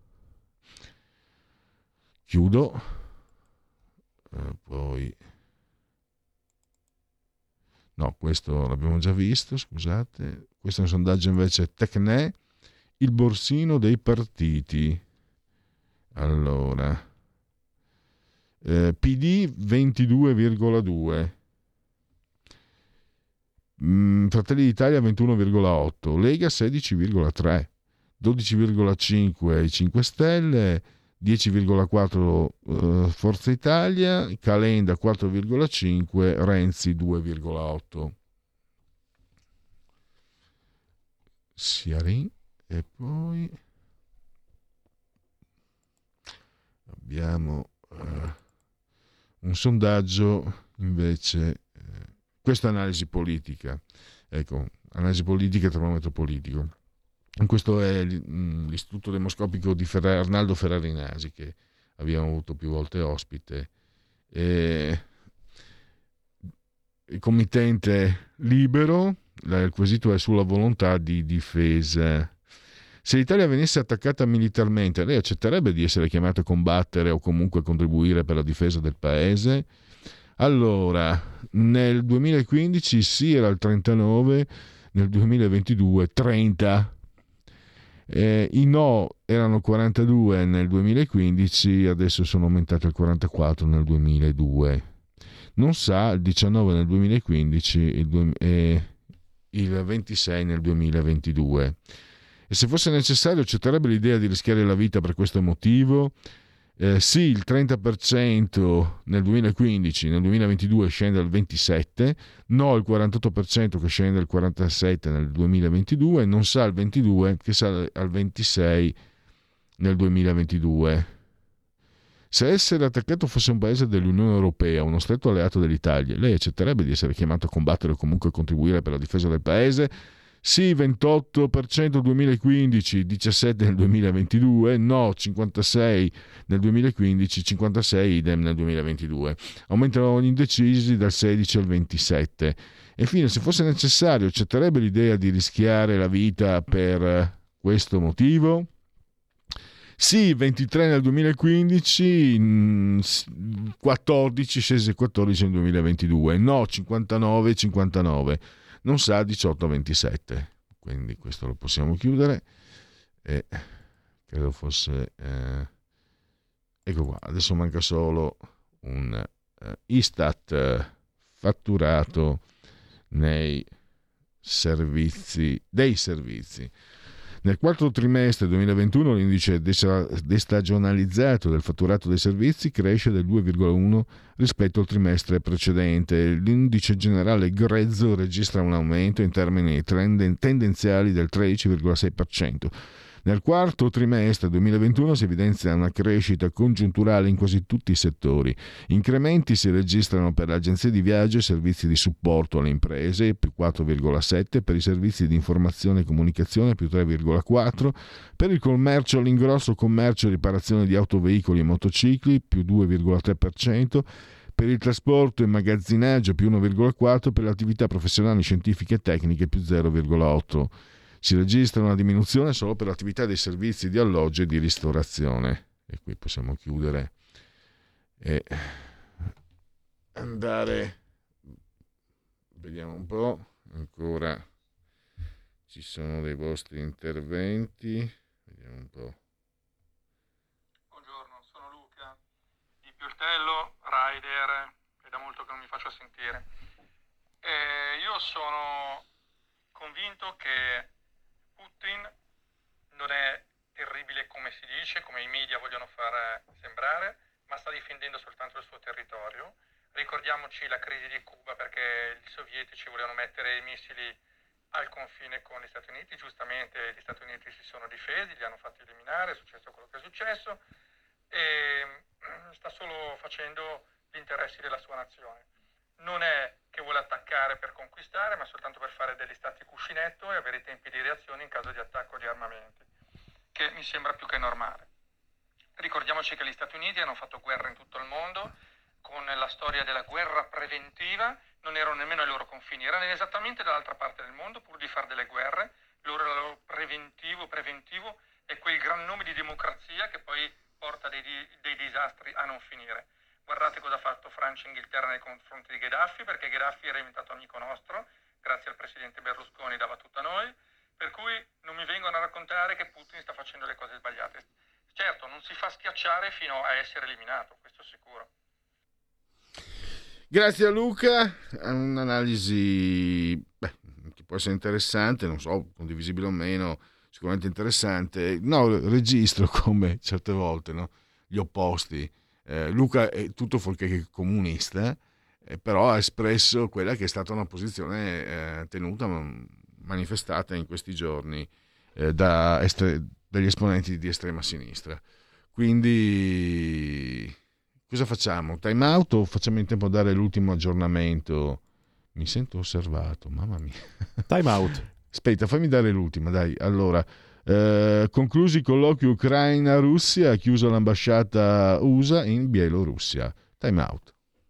Chiudo. Eh, poi no, questo l'abbiamo già visto, scusate. Questo è un sondaggio invece Tecne, il borsino dei partiti. Allora, Eh, P D ventidue virgola due, Mm, Fratelli d'Italia ventuno virgola otto, Lega sedici virgola tre, dodici virgola cinque i cinque Stelle, dieci virgola quattro uh, Forza Italia, Calenda quattro virgola cinque, Renzi due virgola otto. Siarin. E poi abbiamo uh, un sondaggio invece, uh, questa analisi politica, ecco, analisi politica e termometro politico. Questo è l'istituto demoscopico di Ferrar- Arnaldo Ferrarinasi, che abbiamo avuto più volte ospite. E il committente libero, il quesito è sulla volontà di difesa. Se l'Italia venisse attaccata militarmente, lei accetterebbe di essere chiamata a combattere o comunque contribuire per la difesa del paese? Allora, nel duemilaquindici sì era il trentanove, nel duemilaventidue trenta. Eh, I no erano quarantadue nel duemilaquindici, adesso sono aumentate al quarantaquattro nel duemiladue. Non sa il diciannove nel duemilaquindici il due, eh, il ventisei nel duemilaventidue. E se fosse necessario accetterebbe l'idea di rischiare la vita per questo motivo? Eh, sì, il trenta per cento nel duemilaquindici, nel duemilaventidue scende al ventisette, no il quarantotto per cento che scende al quarantasette nel duemilaventidue, non sa il ventidue che sale al ventisei nel duemilaventidue. Se essere attaccato fosse un paese dell'Unione Europea, uno stretto alleato dell'Italia, lei accetterebbe di essere chiamato a combattere o comunque contribuire per la difesa del paese? Sì, ventotto per cento nel duemilaquindici, diciassette nel duemilaventidue, no, cinquantasei nel duemilaquindici, cinquantasei idem nel duemilaventidue. Aumentano gli indecisi dal sedici al ventisette. E infine, se fosse necessario, accetterebbe l'idea di rischiare la vita per questo motivo? Sì, ventitré nel duemilaquindici, quattordici, scese quattordici nel duemilaventidue, no, cinquantanove cinquantanove. Non sa diciotto ventisette, quindi questo lo possiamo chiudere e credo fosse eh, ecco qua, adesso manca solo un eh, Istat eh, fatturato nei servizi dei servizi. Nel quarto trimestre duemilaventuno l'indice destagionalizzato del fatturato dei servizi cresce del due virgola uno rispetto al trimestre precedente. L'indice generale grezzo registra un aumento in termini tendenziali del tredici virgola sei per cento. Nel quarto trimestre duemilaventuno si evidenzia una crescita congiunturale in quasi tutti i settori. Incrementi si registrano per le agenzie di viaggio e servizi di supporto alle imprese, più quattro virgola sette, per i servizi di informazione e comunicazione, più tre virgola quattro, per il commercio all'ingrosso, commercio e riparazione di autoveicoli e motocicli, più due virgola tre per cento, per il trasporto e magazzinaggio, più uno virgola quattro, per le attività professionali, scientifiche e tecniche, più zero virgola otto. Si registra una diminuzione solo per l'attività dei servizi di alloggio e di ristorazione. E qui possiamo chiudere e andare. Vediamo un po'. Ancora ci sono dei vostri interventi. Vediamo un po'. Buongiorno, sono Luca di Pioltello, rider, è da molto che non mi faccio sentire. Eh, io sono convinto che Putin non è terribile come si dice, come i media vogliono far sembrare, ma sta difendendo soltanto il suo territorio. Ricordiamoci la crisi di Cuba, perché i sovietici volevano mettere i missili al confine con gli Stati Uniti, giustamente gli Stati Uniti si sono difesi, li hanno fatti eliminare, è successo quello che è successo, e sta solo facendo gli interessi della sua nazione. Non è che vuole attaccare per conquistare, ma soltanto per fare degli stati cuscinetto e avere i tempi di reazione in caso di attacco di armamenti, che mi sembra più che normale. Ricordiamoci che gli Stati Uniti hanno fatto guerra in tutto il mondo, con la storia della guerra preventiva, non erano nemmeno ai loro confini, erano esattamente dall'altra parte del mondo pur di fare delle guerre. Loro, il loro preventivo, preventivo è quel gran nome di democrazia che poi porta dei, dei disastri a non finire. Guardate cosa ha fatto Francia e Inghilterra nei confronti di Gheddafi, perché Gheddafi era diventato amico nostro, grazie al presidente Berlusconi dava tutto a noi, per cui non mi vengono a raccontare che Putin sta facendo le cose sbagliate. Certo, non si fa schiacciare fino a essere eliminato, questo è sicuro. Grazie a Luca, un'analisi beh, che può essere interessante, non so, condivisibile o meno, sicuramente interessante. No, registro come certe volte, no? Gli opposti. Eh, Luca è tutto fuorché che comunista, eh, però ha espresso quella che è stata una posizione eh, tenuta, manifestata in questi giorni eh, da estre- dagli esponenti di estrema sinistra. Quindi cosa facciamo? Time out o facciamo in tempo a dare l'ultimo aggiornamento? Mi sento osservato, mamma mia. Time out. Aspetta, fammi dare l'ultima, dai. Allora, eh, conclusi i colloqui Ucraina-Russia, ha chiuso l'ambasciata U S A in Bielorussia. Time out.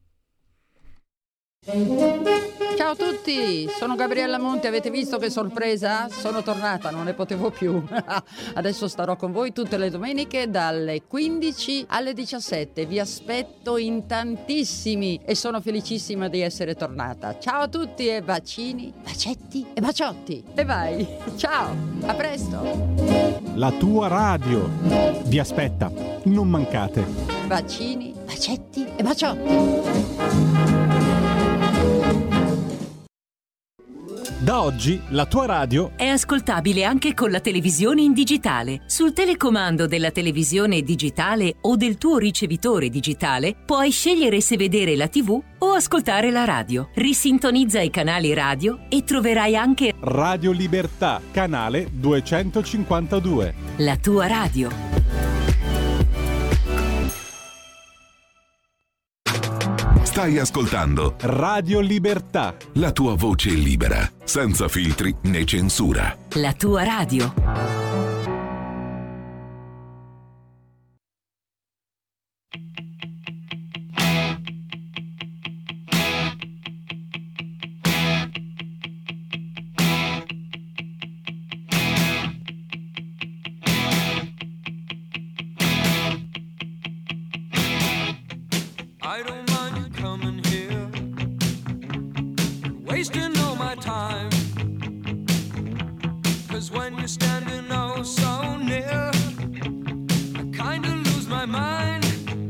Ciao a tutti, sono Gabriella Monti, avete visto che sorpresa? Sono tornata, non ne potevo più. Adesso starò con voi tutte le domeniche dalle quindici alle diciassette, vi aspetto in tantissimi e sono felicissima di essere tornata. Ciao a tutti e bacini, bacetti e baciotti. E vai, ciao, a presto. La tua radio vi aspetta, non mancate. Bacini, bacetti e baciotti. Da oggi la tua radio è ascoltabile anche con la televisione in digitale. Sul telecomando della televisione digitale o del tuo ricevitore digitale puoi scegliere se vedere la tivù o ascoltare la radio. Risintonizza i canali radio e troverai anche Radio Libertà, canale duecentocinquantadue. La tua radio. Stai ascoltando Radio Libertà, la tua voce libera, senza filtri né censura. La tua radio. Wasting all my time, 'cause when you're standing oh so near, I kinda lose my mind.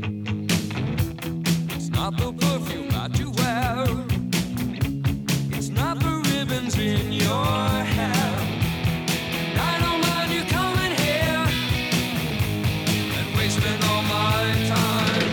It's not the perfume that you wear, it's not the ribbons in your hair. And I don't mind you coming here and wasting all my time.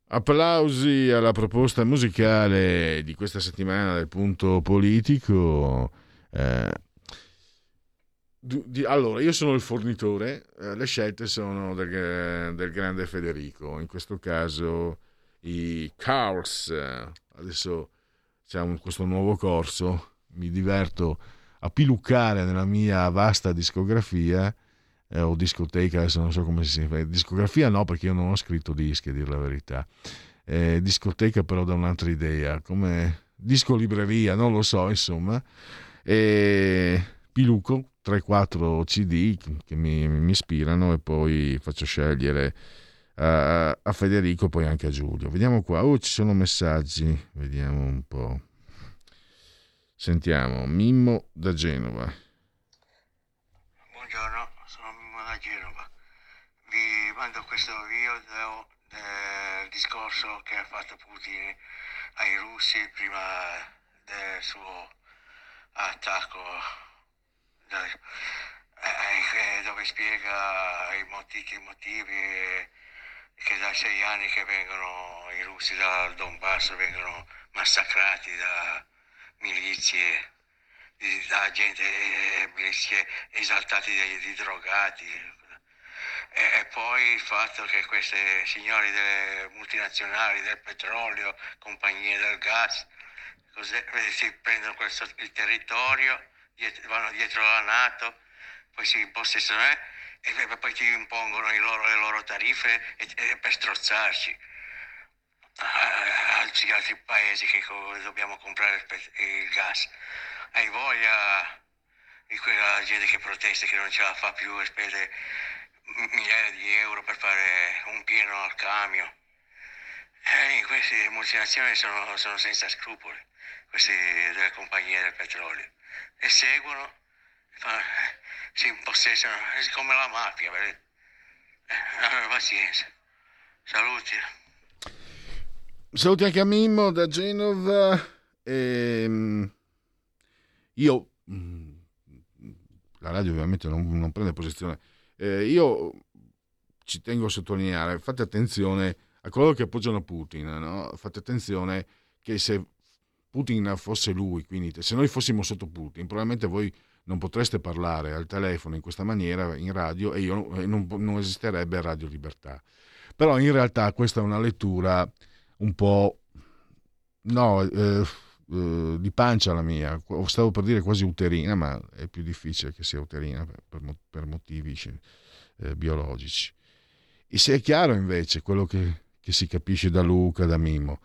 Applausi alla proposta musicale di questa settimana del Punto Politico. Eh, di, allora, io sono il fornitore, eh, le scelte sono del, del grande Federico, in questo caso i Cars. Adesso c'è un, questo nuovo corso, mi diverto a piluccare nella mia vasta discografia, eh, o discoteca, adesso non so come si fa, discografia no, perché io non ho scritto dischi, a dire la verità, eh, discoteca però da un'altra idea, come disco libreria, non lo so, insomma, e pilucco tre quattro C D che mi, mi ispirano e poi faccio scegliere a, a Federico, poi anche a Giulio. Vediamo qua, oh, ci sono messaggi, vediamo un po'. Sentiamo, Mimmo da Genova. Buongiorno, sono Mimmo da Genova. Vi mando questo video del, del discorso che ha fatto Putin ai russi prima del suo attacco, dove spiega i motivi, i motivi che da sei anni che vengono i russi dal Donbass vengono massacrati da milizie, da gente, milizie esaltati di, di drogati, e, e poi il fatto che questi signori delle multinazionali del petrolio, compagnie del gas, così, si prendono questo, il territorio, dietro, vanno dietro la NATO, poi si impossessano eh, e poi ti impongono i loro, le loro tariffe e, e per strozzarci. Uh, altri, altri paesi che co- dobbiamo comprare il, il gas. Hai voglia di quella gente che protesta, che non ce la fa più e spende migliaia di euro per fare un pieno al camion. E queste multinazionali sono, sono senza scrupoli, queste delle compagnie del petrolio, e seguono, fanno, si impossessano, è come la mafia. Eh, pazienza. Saluti. Saluti anche a Mimmo da Genova. E io, la radio ovviamente non, non prende posizione, eh, io ci tengo a sottolineare, fate attenzione a coloro che appoggiano Putin, no? Fate attenzione che se Putin fosse lui, quindi se noi fossimo sotto Putin, probabilmente voi non potreste parlare al telefono in questa maniera in radio e io e non, non esisterebbe Radio Libertà. Però in realtà questa è una lettura un po' no eh, eh, di pancia la mia, stavo per dire quasi uterina, ma è più difficile che sia uterina per, per motivi eh, biologici. E se è chiaro invece quello che, che si capisce da Luca, da Mimmo,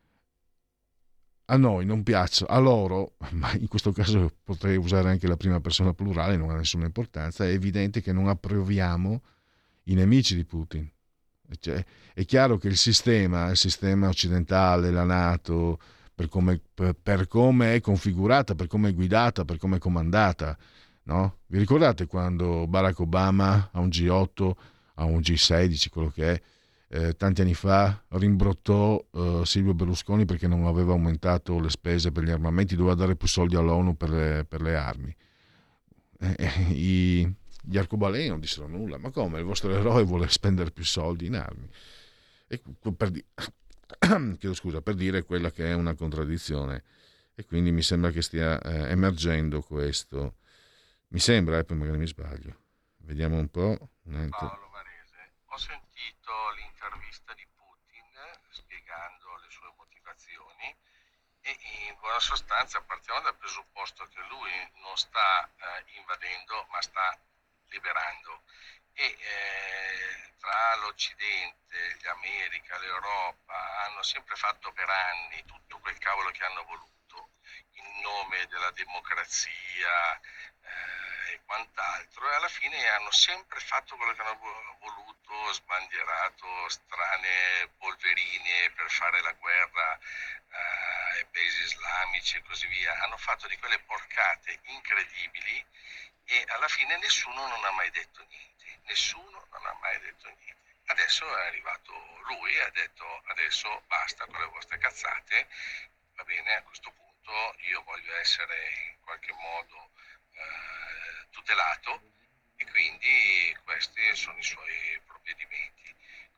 a noi non piacciono, a loro, ma in questo caso potrei usare anche la prima persona plurale, non ha nessuna importanza, è evidente che non approviamo i nemici di Putin. Cioè, è chiaro che il sistema, il sistema occidentale, la NATO, per come, per, per come è configurata, per come è guidata, per come è comandata, no? Vi ricordate quando Barack Obama a un G otto, a un G sedici, quello che è, eh, tanti anni fa rimbrottò eh, Silvio Berlusconi perché non aveva aumentato le spese per gli armamenti, doveva dare più soldi all'ONU per le, per le armi. Eh, eh, i Gli arcobaleni non dissero nulla. Ma come? Il vostro eroe vuole spendere più soldi in armi? E per, di... Chiedo scusa, per dire quella che è una contraddizione. E quindi mi sembra che stia eh, emergendo questo. Mi sembra, e eh, poi magari mi sbaglio. Vediamo un po'. Paolo Varese, ho sentito l'intervista di Putin spiegando le sue motivazioni e in buona sostanza partiamo dal presupposto che lui non sta eh, invadendo, ma sta liberando, e eh, tra l'Occidente, l'America, l'Europa hanno sempre fatto per anni tutto quel cavolo che hanno voluto in nome della democrazia eh, e quant'altro, e alla fine hanno sempre fatto quello che hanno voluto, sbandierato strane polverine per fare la guerra eh, ai paesi islamici e così via. Hanno fatto di quelle porcate incredibili e alla fine nessuno non ha mai detto niente, nessuno non ha mai detto niente. Adesso è arrivato lui e ha detto adesso basta con le vostre cazzate, va bene, a questo punto io voglio essere in qualche modo eh, tutelato e quindi questi sono i suoi provvedimenti.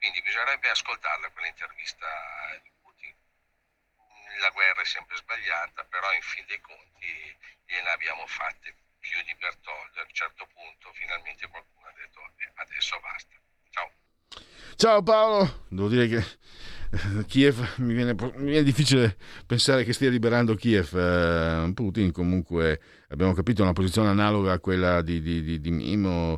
Quindi bisognerebbe ascoltarla quell'intervista di Putin. La guerra è sempre sbagliata, però in fin dei conti gliene abbiamo fatte più di Bertoldo. A un certo punto finalmente qualcuno ha detto adesso basta. Ciao. Ciao Paolo, devo dire che Kiev mi viene, mi viene difficile pensare che stia liberando Kiev. eh, Putin comunque abbiamo capito una posizione analoga a quella di, di, di, di Mimo,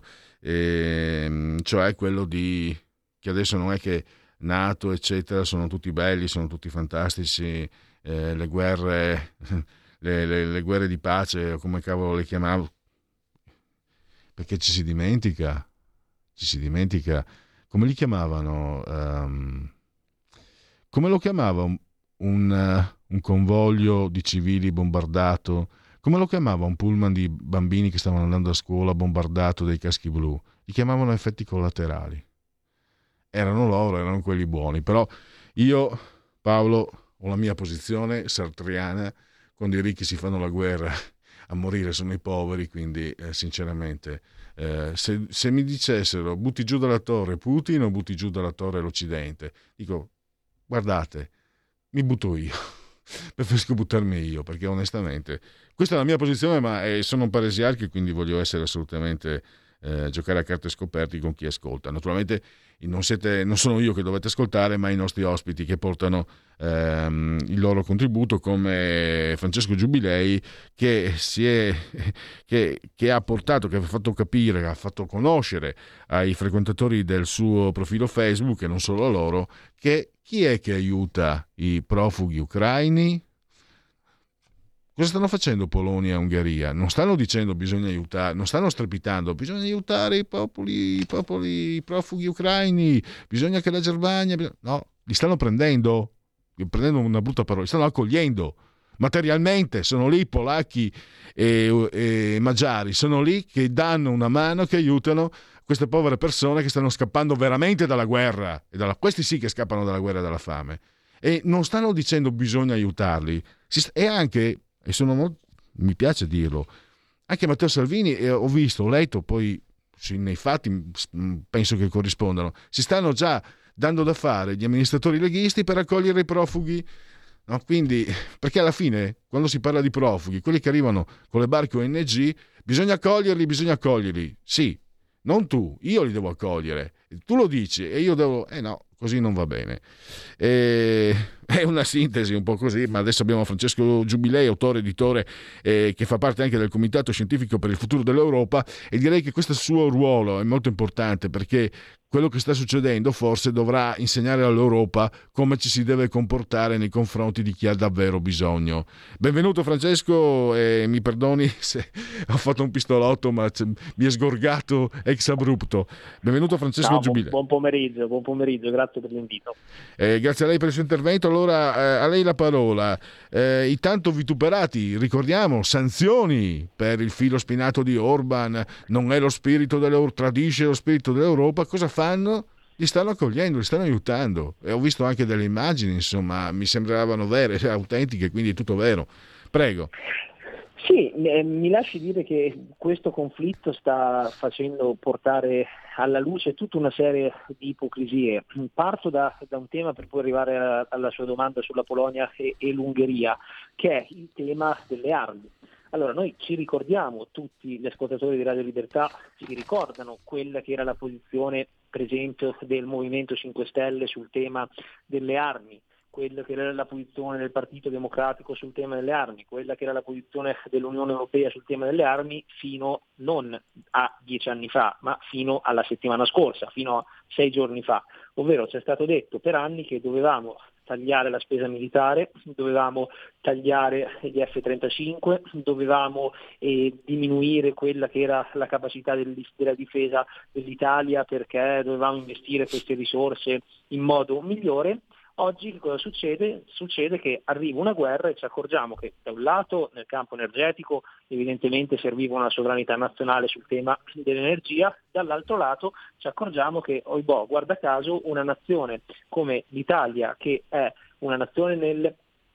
eh, cioè quello di che adesso non è che NATO eccetera sono tutti belli, sono tutti fantastici, eh, le guerre le, le, le guerre di pace o come cavolo le chiamavo, perché ci si dimentica ci si dimentica come li chiamavano, um, come lo chiamava un, un, uh, un convoglio di civili bombardato, come lo chiamava un pullman di bambini che stavano andando a scuola bombardato dai caschi blu? Li chiamavano effetti collaterali. Erano loro, erano quelli buoni. Però io, Paolo, ho la mia posizione sartriana: quando i ricchi si fanno la guerra, a morire sono i poveri, quindi eh, sinceramente eh, se, se mi dicessero butti giù dalla torre Putin o butti giù dalla torre l'Occidente, dico guardate, mi butto io. Preferisco buttarmi io, perché onestamente questa è la mia posizione, ma eh, sono un paresiarchico, quindi voglio essere assolutamente eh, giocare a carte scoperte con chi ascolta. Naturalmente non, siete, non sono io che dovete ascoltare, ma i nostri ospiti che portano ehm, il loro contributo, come Francesco Giubilei, che si è che, che ha portato, che ha fatto capire, che ha fatto conoscere ai frequentatori del suo profilo Facebook e non solo a loro, che chi è che aiuta i profughi ucraini? Cosa stanno facendo Polonia e Ungheria? Non stanno dicendo bisogna aiutare, non stanno strepitando, bisogna aiutare i popoli, i popoli, i profughi ucraini, bisogna che la Germania... No, li stanno prendendo, prendendo una brutta parola, li stanno accogliendo materialmente, sono lì polacchi e, e magiari, sono lì che danno una mano, che aiutano queste povere persone che stanno scappando veramente dalla guerra, e dalla, questi sì che scappano dalla guerra e dalla fame, e non stanno dicendo bisogna aiutarli. Si, e anche, e sono molto, mi piace dirlo, anche Matteo Salvini, e ho visto, ho letto, poi sì, nei fatti penso che corrispondano, si stanno già dando da fare gli amministratori leghisti per accogliere i profughi. No, quindi, perché alla fine quando si parla di profughi, quelli che arrivano con le barche O N G, bisogna accoglierli, bisogna accoglierli, sì, non tu, io li devo accogliere, tu lo dici e io devo, eh no, così non va bene. E, è una sintesi un po' così, ma adesso abbiamo Francesco Giubilei, autore, editore, eh, che fa parte anche del Comitato Scientifico per il Futuro dell'Europa, e direi che questo suo ruolo è molto importante, perché quello che sta succedendo forse dovrà insegnare all'Europa come ci si deve comportare nei confronti di chi ha davvero bisogno. Benvenuto Francesco, e mi perdoni se ho fatto un pistolotto, ma mi è sgorgato ex abrupto. Benvenuto Francesco Ciao, Giubilei. Buon, buon pomeriggio, buon pomeriggio, grazie per l'invito. Eh, grazie a lei per il suo intervento. Allora, eh, a lei la parola. Eh, I tanto vituperati, ricordiamo, sanzioni per il filo spinato di Orban, non è lo spirito dell'Europa, tradisce lo spirito dell'Europa. Cosa fanno? Li stanno accogliendo, li stanno aiutando, e ho visto anche delle immagini, insomma, mi sembravano vere, autentiche, quindi è tutto vero. Prego. Sì, eh, mi lasci dire che questo conflitto sta facendo portare alla luce tutta una serie di ipocrisie. Parto da, da un tema per poi arrivare a, alla sua domanda sulla Polonia e, e l'Ungheria, che è il tema delle armi. Allora, noi ci ricordiamo, tutti gli ascoltatori di Radio Libertà si ricordano quella che era la posizione, per esempio, del Movimento cinque Stelle sul tema delle armi, quella che era la posizione del Partito Democratico sul tema delle armi, quella che era la posizione dell'Unione Europea sul tema delle armi fino non a dieci anni fa, ma fino alla settimana scorsa, fino a sei giorni fa. Ovvero ci è stato detto per anni che dovevamo tagliare la spesa militare, dovevamo tagliare gli F trentacinque, dovevamo eh, diminuire quella che era la capacità del, della difesa dell'Italia, perché dovevamo investire queste risorse in modo migliore. Oggi cosa succede? Succede che arriva una guerra e ci accorgiamo che da un lato nel campo energetico evidentemente serviva una sovranità nazionale sul tema dell'energia, dall'altro lato ci accorgiamo che, oibò, guarda caso, una nazione come l'Italia, che è una nazione nel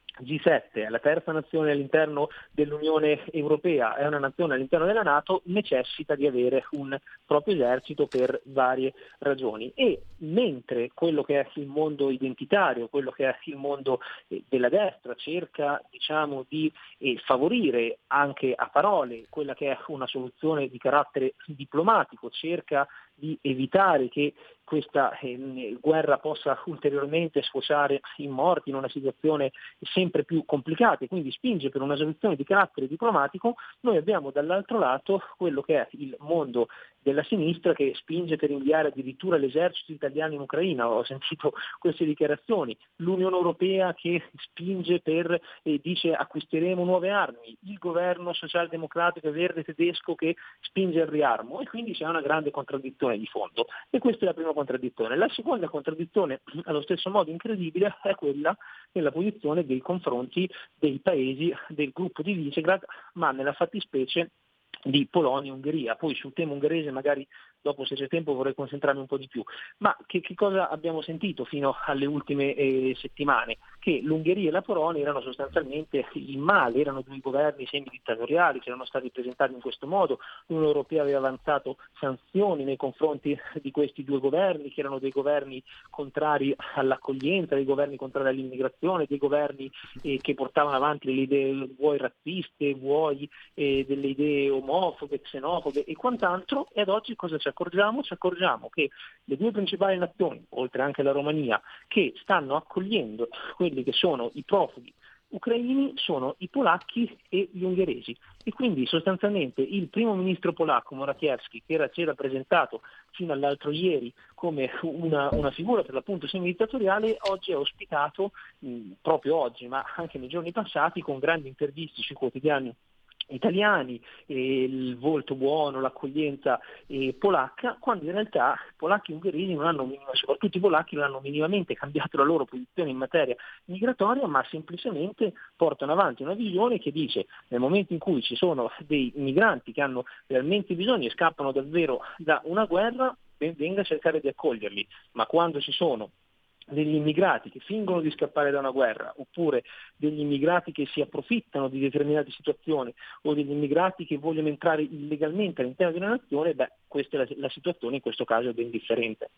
G sette è la terza nazione all'interno dell'Unione Europea, è una nazione all'interno della NATO, necessita di avere un proprio esercito per varie ragioni. E mentre quello che è il mondo identitario, quello che è il mondo eh, della destra cerca, diciamo, di eh, favorire anche a parole quella che è una soluzione di carattere diplomatico, cerca di evitare che questa eh, guerra possa ulteriormente sfociare in morti, in una situazione sempre più complicata, e quindi spinge per una soluzione di carattere diplomatico, noi abbiamo dall'altro lato quello che è il mondo della sinistra che spinge per inviare addirittura l'esercito italiano in Ucraina. Ho sentito queste dichiarazioni, l'Unione Europea che spinge per, eh, dice acquisteremo nuove armi, il governo socialdemocratico e verde tedesco che spinge al riarmo, e quindi c'è una grande contraddizione di fondo, e questa è la prima contraddizione. La seconda contraddizione, allo stesso modo incredibile, è quella nella posizione dei confronti dei paesi del gruppo di Visegrad, ma nella fattispecie di Polonia e Ungheria. Poi sul tema ungherese magari dopo, se c'è tempo, vorrei concentrarmi un po' di più. Ma che, che cosa abbiamo sentito fino alle ultime eh, settimane? Che l'Ungheria e la Polonia erano sostanzialmente il male, erano due governi semidittatoriali che erano stati presentati in questo modo. L'Unione Europea aveva avanzato sanzioni nei confronti di questi due governi, che erano dei governi contrari all'accoglienza, dei governi contrari all'immigrazione, dei governi eh, che portavano avanti delle idee vuoi razziste, vuoi eh, delle idee omofobe, xenofobe e quant'altro. E ad oggi cosa c'è? Accorgiamo, ci accorgiamo che le due principali nazioni, oltre anche la Romania, che stanno accogliendo quelli che sono i profughi ucraini sono i polacchi e gli ungheresi, e quindi sostanzialmente il primo ministro polacco Morawiecki, che era, si era presentato fino all'altro ieri come una, una figura per l'appunto semidittatoriale, oggi è ospitato mh, proprio oggi, ma anche nei giorni passati, con grandi interviste sui quotidiani italiani, eh, il volto buono, l'accoglienza eh, polacca, quando in realtà polacchi e ungheresi non hanno, soprattutto i polacchi, non hanno minimamente cambiato la loro posizione in materia migratoria, ma semplicemente portano avanti una visione che dice: nel momento in cui ci sono dei migranti che hanno realmente bisogno e scappano davvero da una guerra, ben venga a cercare di accoglierli, ma quando ci sono degli immigrati che fingono di scappare da una guerra, oppure degli immigrati che si approfittano di determinate situazioni, o degli immigrati che vogliono entrare illegalmente all'interno di una nazione, beh, questa è la, la situazione in questo caso è ben differente.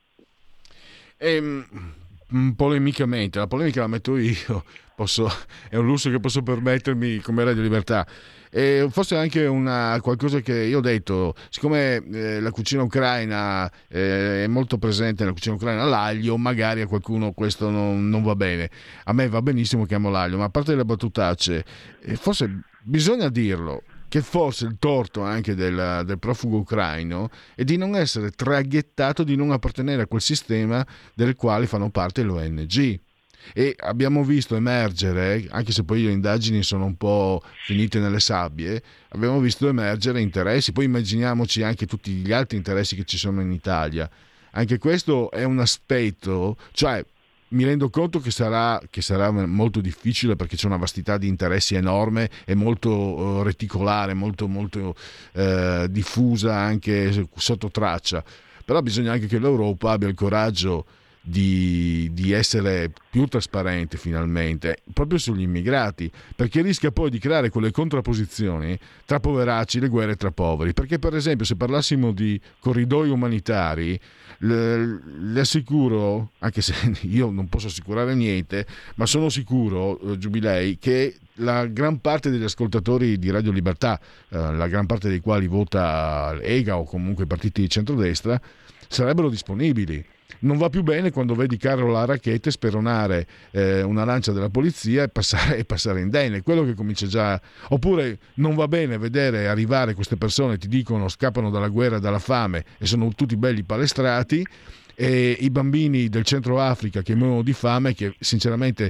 Ehm, polemicamente, la polemica la metto io, posso, è un lusso che posso permettermi come Radio Libertà. E forse anche una, qualcosa che io ho detto, siccome eh, la cucina ucraina eh, è molto presente nella cucina ucraina l'aglio, magari a qualcuno questo non, non va bene. A me va benissimo che amo l'aglio, ma a parte le battutacce, eh, forse bisogna dirlo, che forse il torto anche del, del profugo ucraino è di non essere traghettato, di non appartenere a quel sistema del quale fanno parte l'O N G. E abbiamo visto emergere, anche se poi le indagini sono un po' finite nelle sabbie, abbiamo visto emergere interessi, poi immaginiamoci anche tutti gli altri interessi che ci sono in Italia. Anche questo è un aspetto, cioè mi rendo conto che sarà, che sarà molto difficile, perché c'è una vastità di interessi enorme e molto uh, reticolare, molto, molto uh, diffusa anche sotto traccia, però bisogna anche che l'Europa abbia il coraggio Di, di essere più trasparente finalmente proprio sugli immigrati, perché rischia poi di creare quelle contrapposizioni tra poveracci, le guerre tra poveri. Perché per esempio, se parlassimo di corridoi umanitari, le, le assicuro, anche se io non posso assicurare niente, ma sono sicuro, eh, Giubilei, che la gran parte degli ascoltatori di Radio Libertà, eh, la gran parte dei quali vota Lega o comunque partiti di centrodestra, sarebbero disponibili. Non va più bene quando vedi Carola Rackete speronare eh, una lancia della polizia e passare, e passare indenne, quello che comincia già. Oppure non va bene vedere arrivare queste persone, ti dicono scappano dalla guerra e dalla fame e sono tutti belli palestrati, e i bambini del Centro Africa che muoiono di fame, che sinceramente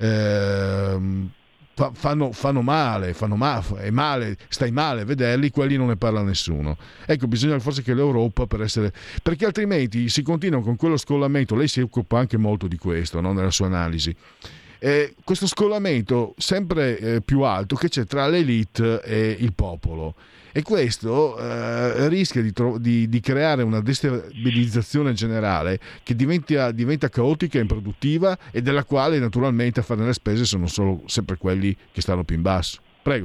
eh, fanno, fanno male, fanno male, è male, stai male vederli, quelli non ne parla nessuno. Ecco, bisogna forse che l'Europa, per essere, perché altrimenti si continua con quello scollamento. Lei si occupa anche molto di questo, no? Nella sua analisi, eh, questo scollamento sempre eh, più alto che c'è tra l'elite e il popolo. E questo eh, rischia di, tro- di, di creare una destabilizzazione generale che diventa, diventa caotica e improduttiva, e della quale naturalmente a fare le spese sono solo sempre quelli che stanno più in basso. Prego.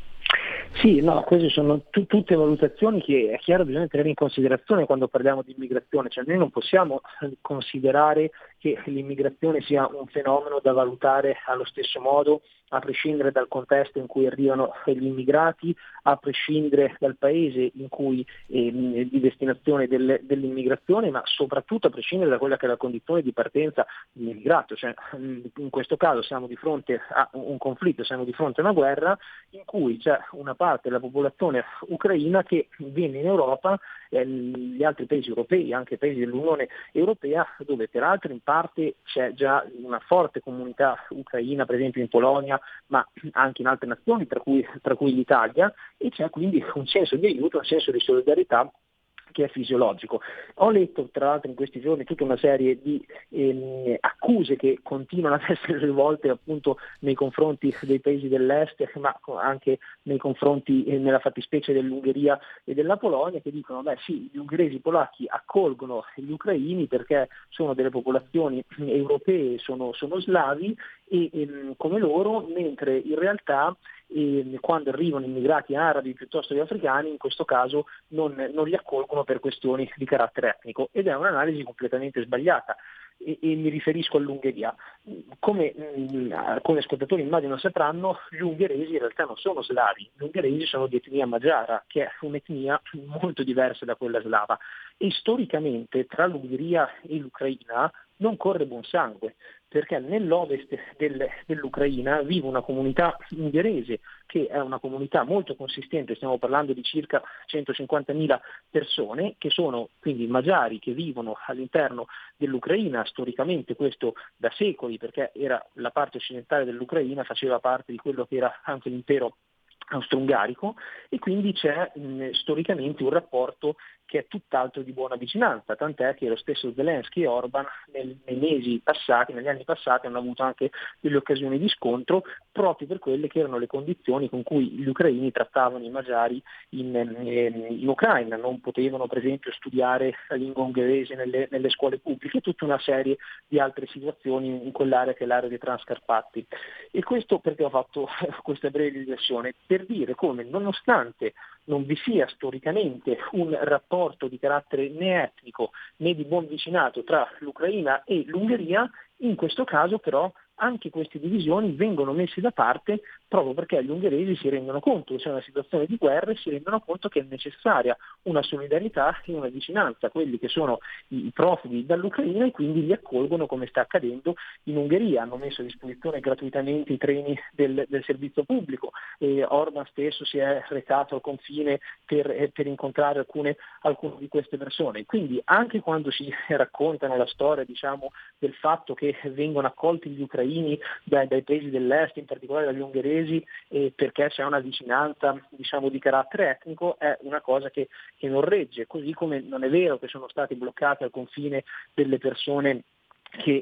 Sì, no, queste sono t- tutte valutazioni che è chiaro bisogna tenere in considerazione quando parliamo di immigrazione, cioè noi non possiamo considerare che l'immigrazione sia un fenomeno da valutare allo stesso modo a prescindere dal contesto in cui arrivano gli immigrati, a prescindere dal paese in cui eh, di destinazione del, dell'immigrazione, ma soprattutto a prescindere da quella che è la condizione di partenza dell'immigrato. Cioè, in questo caso siamo di fronte a un conflitto, siamo di fronte a una guerra in cui c'è una parte della popolazione ucraina che viene in Europa, eh, gli altri paesi europei, anche i paesi dell'Unione Europea, dove peraltro in parte c'è già una forte comunità ucraina, per esempio in Polonia, ma anche in altre nazioni, tra cui, tra cui l'Italia, e c'è quindi un senso di aiuto, un senso di solidarietà che è fisiologico. Ho letto tra l'altro in questi giorni tutta una serie di ehm, accuse che continuano ad essere rivolte appunto nei confronti dei paesi dell'est, ma anche nei confronti eh, nella fattispecie dell'Ungheria e della Polonia, che dicono beh sì, gli ungheresi e i polacchi accolgono gli ucraini perché sono delle popolazioni europee, sono, sono slavi e ehm, come loro, mentre in realtà E quando arrivano immigrati arabi piuttosto che africani, in questo caso non, non li accolgono per questioni di carattere etnico, ed è un'analisi completamente sbagliata. E, e mi riferisco all'Ungheria. Come, mh, come ascoltatori immagino sapranno, gli ungheresi in realtà non sono slavi, gli ungheresi sono di etnia magiara, che è un'etnia molto diversa da quella slava, e storicamente tra l'Ungheria e l'Ucraina non corre buon sangue, perché nell'ovest del, dell'Ucraina vive una comunità ungherese che è una comunità molto consistente, stiamo parlando di circa centocinquantamila persone, che sono quindi magiari che vivono all'interno dell'Ucraina, storicamente questo da secoli, perché era la parte occidentale dell'Ucraina, faceva parte di quello che era anche l'impero austro-ungarico, e quindi c'è mh, storicamente un rapporto che è tutt'altro di buona vicinanza, tant'è che lo stesso Zelensky e Orban nel, nei mesi passati, negli anni passati, hanno avuto anche delle occasioni di scontro proprio per quelle che erano le condizioni con cui gli ucraini trattavano i magiari in, in, in Ucraina. Non potevano per esempio studiare la lingua ungherese nelle, nelle scuole pubbliche, tutta una serie di altre situazioni in quell'area che è l'area dei Transcarpati. E questo perché ho fatto questa breve riflessione? Per dire come, nonostante non vi sia storicamente un rapporto di carattere né etnico né di buon vicinato tra l'Ucraina e l'Ungheria, in questo caso però anche queste divisioni vengono messe da parte proprio perché gli ungheresi si rendono conto che c'è una situazione di guerra e si rendono conto che è necessaria una solidarietà e una vicinanza a quelli che sono i profughi dall'Ucraina, e quindi li accolgono come sta accadendo in Ungheria. Hanno messo a disposizione gratuitamente i treni del, del servizio pubblico, e Orban stesso si è recato al confine per, per incontrare alcune, alcune di queste persone. Quindi anche quando si raccontano la storia, diciamo, del fatto che vengono accolti gli ucraini dai, dai paesi dell'est, in particolare dagli ungheresi, eh, perché c'è una vicinanza, diciamo, di carattere etnico, è una cosa che, che non regge, così come non è vero che sono stati bloccati al confine delle persone Che,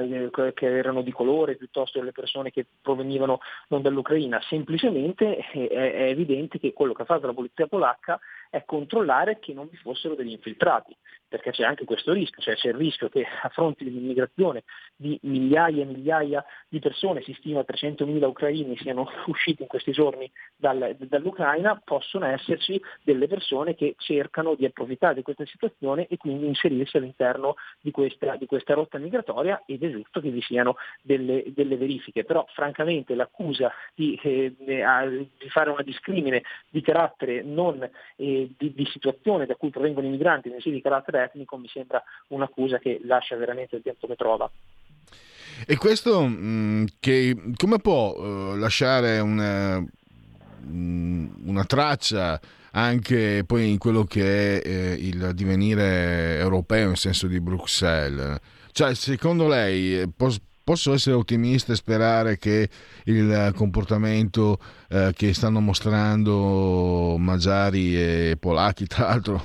che erano di colore piuttosto delle persone che provenivano non dall'Ucraina. Semplicemente è, è evidente che quello che ha fatto la polizia polacca è controllare che non vi fossero degli infiltrati, perché c'è anche questo rischio, cioè c'è il rischio che a fronte dell'immigrazione di migliaia e migliaia di persone, si stima trecentomila ucraini siano usciti in questi giorni dal, dall'Ucraina, possono esserci delle persone che cercano di approfittare di questa situazione e quindi inserirsi all'interno di questa, di questa rotta migratoria, ed è giusto che vi siano delle, delle verifiche. Però francamente l'accusa di, eh, di fare una discrimine di carattere non eh, di, di situazione da cui provengono i migranti, bensì di carattere etnico, mi sembra un'accusa che lascia veramente il tempo che trova. E questo mh, che come può uh, lasciare una, mh, una traccia anche poi in quello che è eh, il divenire europeo in senso di Bruxelles? Cioè, secondo lei pos- posso essere ottimista e sperare che il comportamento eh, che stanno mostrando magiari e polacchi, tra l'altro,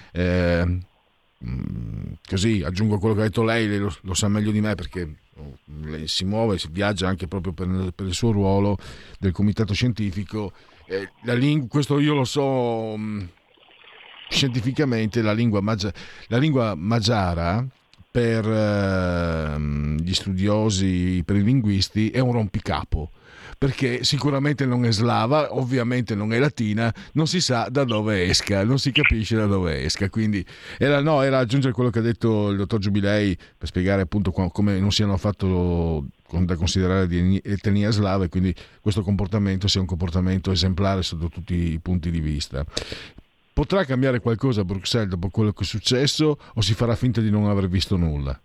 eh, così aggiungo quello che ha detto lei, lei lo, lo sa meglio di me perché si muove, si viaggia anche proprio per, per il suo ruolo del comitato scientifico. Eh, la lingua, questo io lo so mh, scientificamente, la lingua, maggi- la lingua magiara per eh, gli studiosi, per i linguisti, è un rompicapo, perché sicuramente non è slava, ovviamente non è latina, non si sa da dove esca, non si capisce da dove esca, quindi era, no, era aggiungere quello che ha detto il dottor Giubilei per spiegare appunto come non siano affatto da considerare di etnia slava e quindi questo comportamento sia un comportamento esemplare sotto tutti i punti di vista. Potrà cambiare qualcosa a Bruxelles dopo quello che è successo o si farà finta di non aver visto nulla?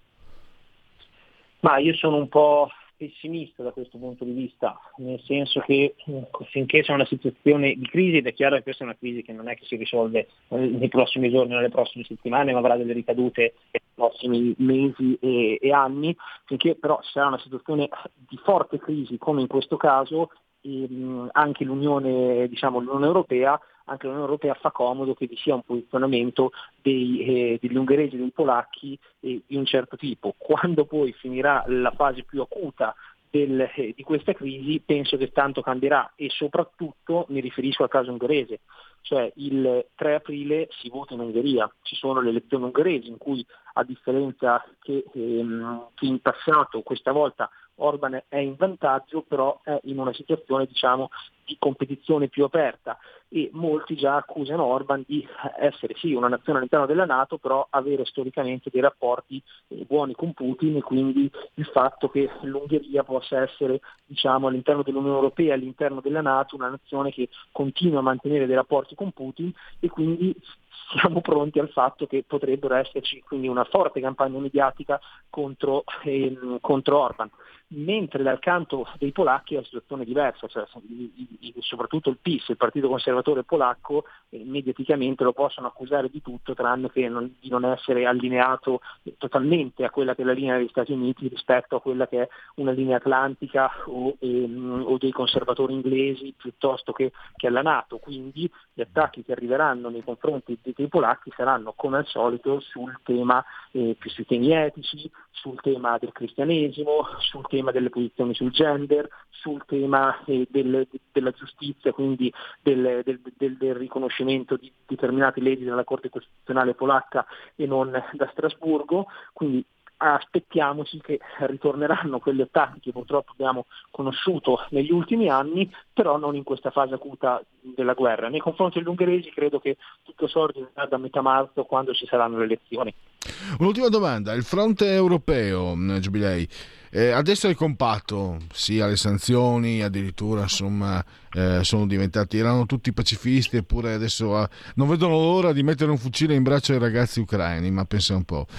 Ma io sono un po' pessimista da questo punto di vista, nel senso che finché c'è una situazione di crisi, ed è chiaro che questa è una crisi che non è che si risolve nei prossimi giorni o nelle prossime settimane, ma avrà delle ricadute nei prossimi mesi e, e anni, finché però ci sarà una situazione di forte crisi come in questo caso, ehm, anche l'Unione, diciamo, l'Unione Europea anche l'Unione Europea fa comodo che vi sia un posizionamento dei, eh, degli ungheresi e dei polacchi eh, di un certo tipo. Quando poi finirà la fase più acuta del, eh, di questa crisi, penso che tanto cambierà, e soprattutto mi riferisco al caso ungherese. Cioè il tre aprile si vota in Ungheria, ci sono le elezioni ungheresi in cui, a differenza che, ehm, che in passato, questa volta Orban è in vantaggio, però è in una situazione, diciamo, di competizione più aperta, e molti già accusano Orban di essere sì una nazione all'interno della NATO, però avere storicamente dei rapporti eh, buoni con Putin, e quindi il fatto che l'Ungheria possa essere, diciamo, all'interno dell'Unione Europea, all'interno della NATO, una nazione che continua a mantenere dei rapporti con Putin, e quindi siamo pronti al fatto che potrebbero esserci quindi una forte campagna mediatica contro, ehm, contro Orban. Mentre dal canto dei polacchi la situazione è diversa, cioè, soprattutto il P I S, il partito conservatore polacco, eh, mediaticamente lo possono accusare di tutto tranne che non, di non essere allineato totalmente a quella che è la linea degli Stati Uniti rispetto a quella che è una linea atlantica o, ehm, o dei conservatori inglesi piuttosto che, che alla NATO. Quindi gli attacchi che arriveranno nei confronti dei, dei polacchi saranno come al solito sul tema, eh, più sui temi etici, sul tema del cristianesimo, sul tema delle posizioni sul gender, sul tema eh, del, della giustizia, quindi del, del, del, del riconoscimento di determinate leggi dalla Corte Costituzionale polacca e non da Strasburgo. Quindi aspettiamoci che ritorneranno quegli attacchi che purtroppo abbiamo conosciuto negli ultimi anni, però non in questa fase acuta della guerra. Nei confronti degli ungheresi credo che tutto sorgerà da metà marzo, quando ci saranno le elezioni. Un'ultima domanda: il fronte europeo, Giubilei, eh, adesso è compatto, sia le sanzioni, addirittura insomma eh, sono diventati, erano tutti pacifisti, eppure adesso ah, non vedono l'ora di mettere un fucile in braccio ai ragazzi ucraini, ma pensa un po'.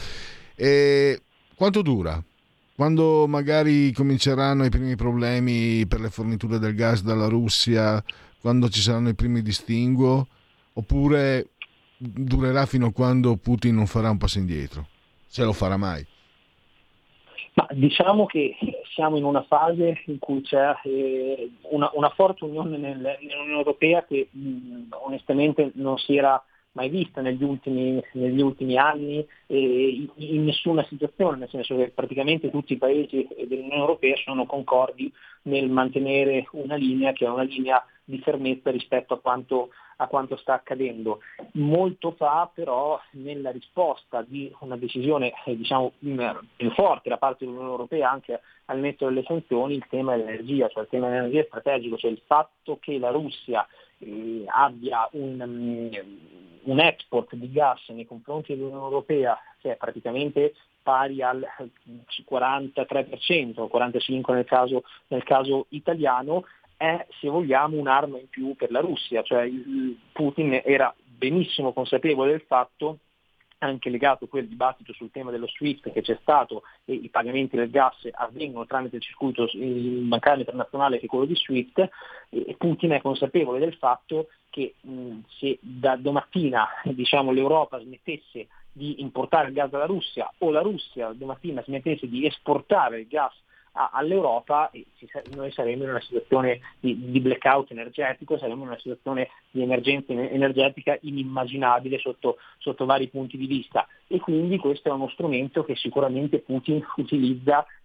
E quanto dura? Quando magari cominceranno i primi problemi per le forniture del gas dalla Russia, quando ci saranno i primi distinguo, oppure durerà fino a quando Putin non farà un passo indietro, se lo farà mai? Ma diciamo che siamo in una fase in cui c'è eh, una, una forte unione nel, nell'Unione Europea che mh, onestamente non si era mai vista negli ultimi, negli ultimi anni eh, in nessuna situazione, nel senso che praticamente tutti i paesi dell'Unione Europea sono concordi nel mantenere una linea che è una linea di fermezza rispetto a quanto, a quanto sta accadendo. Molto fa però nella risposta di una decisione eh, diciamo più forte da parte dell'Unione Europea, anche al netto delle sanzioni, il tema dell'energia, cioè il tema dell'energia strategico, cioè il fatto che la Russia eh, abbia un, um, un export di gas nei confronti dell'Unione Europea che è praticamente pari al quarantatré per cento, quarantacinque per cento nel caso, nel caso italiano, è, se vogliamo, un'arma in più per la Russia. Cioè Putin era benissimo consapevole del fatto, anche legato a quel dibattito sul tema dello SWIFT che c'è stato, e i pagamenti del gas avvengono tramite il circuito bancario internazionale che è quello di SWIFT, e Putin è consapevole del fatto che mh, se da domattina diciamo, l'Europa smettesse di importare il gas dalla Russia, o la Russia domattina smettesse di esportare il gas a, all'Europa, e ci, noi saremmo in una situazione di, di blackout energetico, saremmo in una situazione di emergenza energetica inimmaginabile sotto, sotto vari punti di vista. E quindi questo è uno strumento che sicuramente Putin utilizza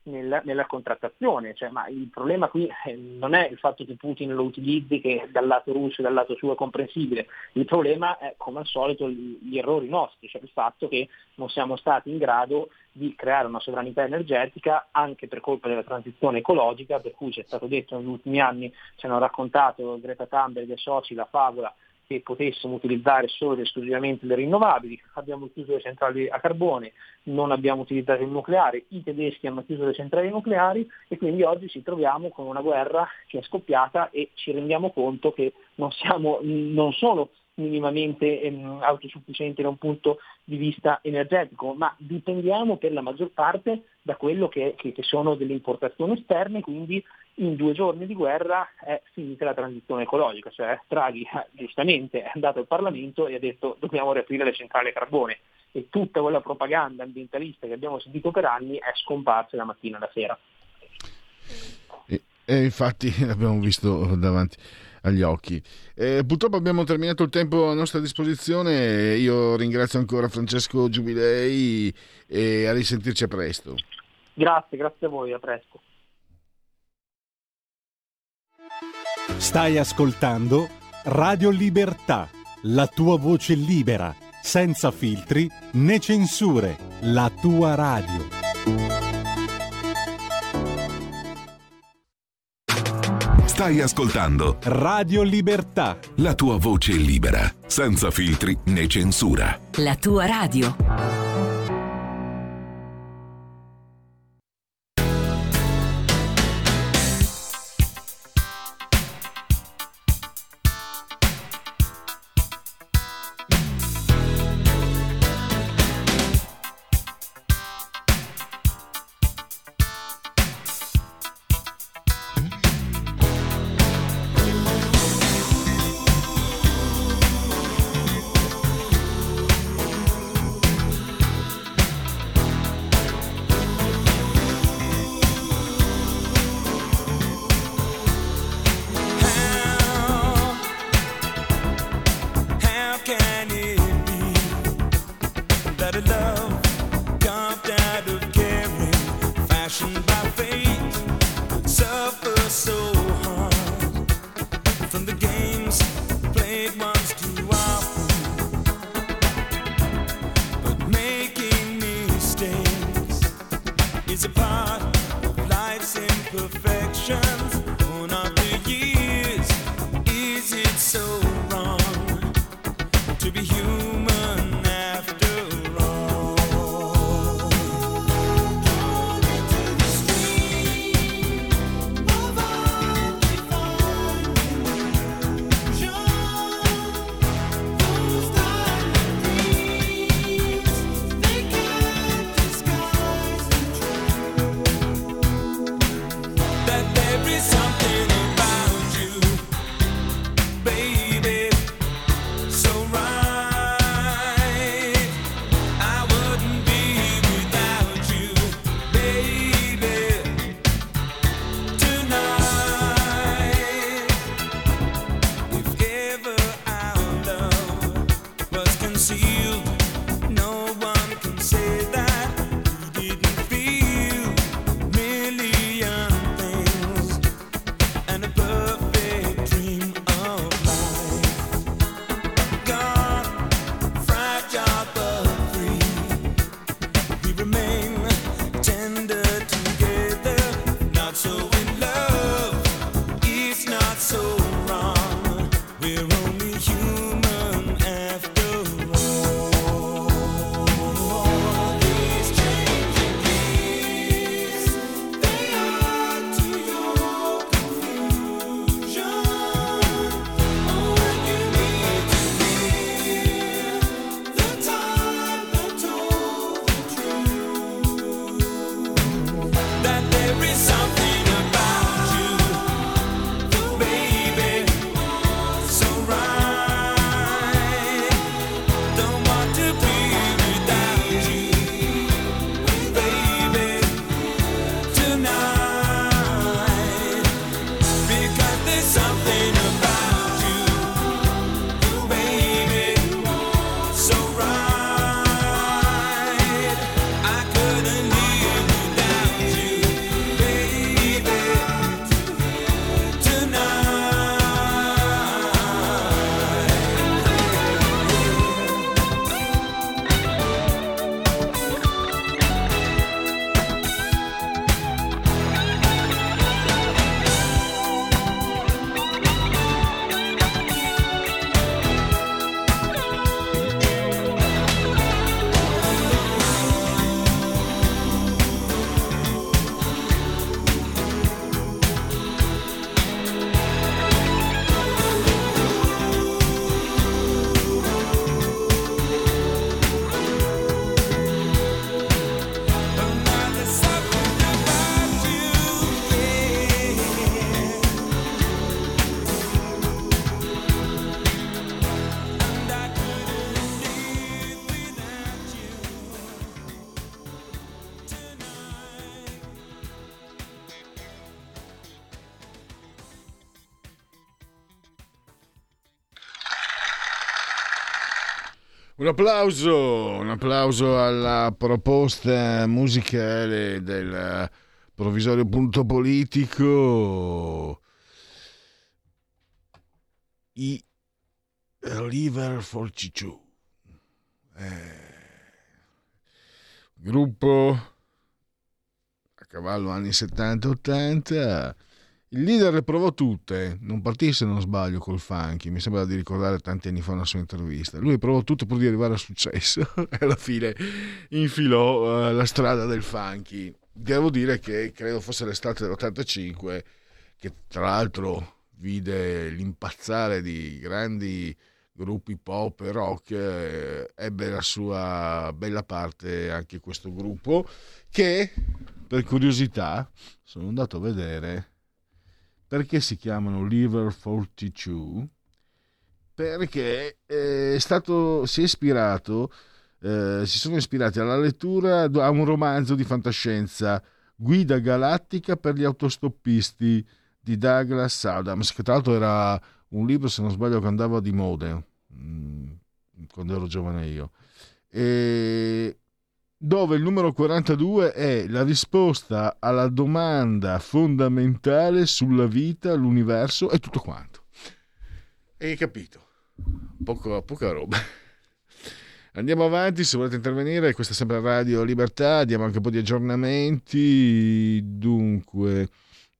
nella, nella contrattazione. Cioè, ma il problema qui non è il fatto che Putin lo utilizzi, che dal lato russo e dal lato suo è comprensibile, il problema è come al solito gli errori nostri, cioè il fatto che non siamo stati in grado di creare una sovranità energetica anche per colpa della transizione ecologica, per cui ci è stato detto negli ultimi anni, ci hanno raccontato Greta Thunberg e soci la favola che potessimo utilizzare solo ed esclusivamente le rinnovabili. Abbiamo chiuso le centrali a carbone, non abbiamo utilizzato il nucleare, i tedeschi hanno chiuso le centrali nucleari e quindi oggi ci troviamo con una guerra che è scoppiata e ci rendiamo conto che non siamo non solo minimamente ehm, autosufficienti da un punto di vista energetico, ma dipendiamo per la maggior parte da quello che, che, che sono delle importazioni esterne, quindi in due giorni di guerra è finita la transizione ecologica, cioè Draghi giustamente è andato al Parlamento e ha detto dobbiamo riaprire le centrali a carbone e tutta quella propaganda ambientalista che abbiamo sentito per anni è scomparsa da mattina alla sera. E, e infatti l'abbiamo visto davanti agli occhi. Eh, purtroppo abbiamo terminato il tempo a nostra disposizione. Io ringrazio ancora Francesco Giubilei e a risentirci a presto. Grazie, grazie a voi, a presto. Stai ascoltando Radio Libertà, la tua voce libera, senza filtri né censure, la tua radio. Stai ascoltando Radio Libertà, la tua voce libera, senza filtri né censura. La tua radio. Un applauso, un applauso alla proposta musicale del provvisorio punto politico. I Liver quarantadue. Eh, gruppo a cavallo anni settanta ottanta. Il leader le provò tutte, non partì se non sbaglio col funky, mi sembra di ricordare tanti anni fa una sua intervista. Lui provò tutto pur di arrivare al successo e alla fine infilò uh, la strada del funky. Devo dire che credo fosse l'estate dell'ottantacinque, che tra l'altro vide l'impazzare di grandi gruppi pop e rock, eh, ebbe la sua bella parte anche questo gruppo, che per curiosità sono andato a vedere perché si chiamano Liver quarantadue, perché è stato, si è ispirato, eh, si sono ispirati alla lettura a un romanzo di fantascienza, Guida galattica per gli autostoppisti di Douglas Adams, che tra l'altro era un libro, se non sbaglio, che andava di moda mh, quando ero giovane io, e dove il numero quarantadue è la risposta alla domanda fondamentale sulla vita, l'universo e tutto quanto. Hai capito? Poco, poca roba. Andiamo avanti, se volete intervenire, questa è sempre Radio Libertà, diamo anche un po' di aggiornamenti. Dunque,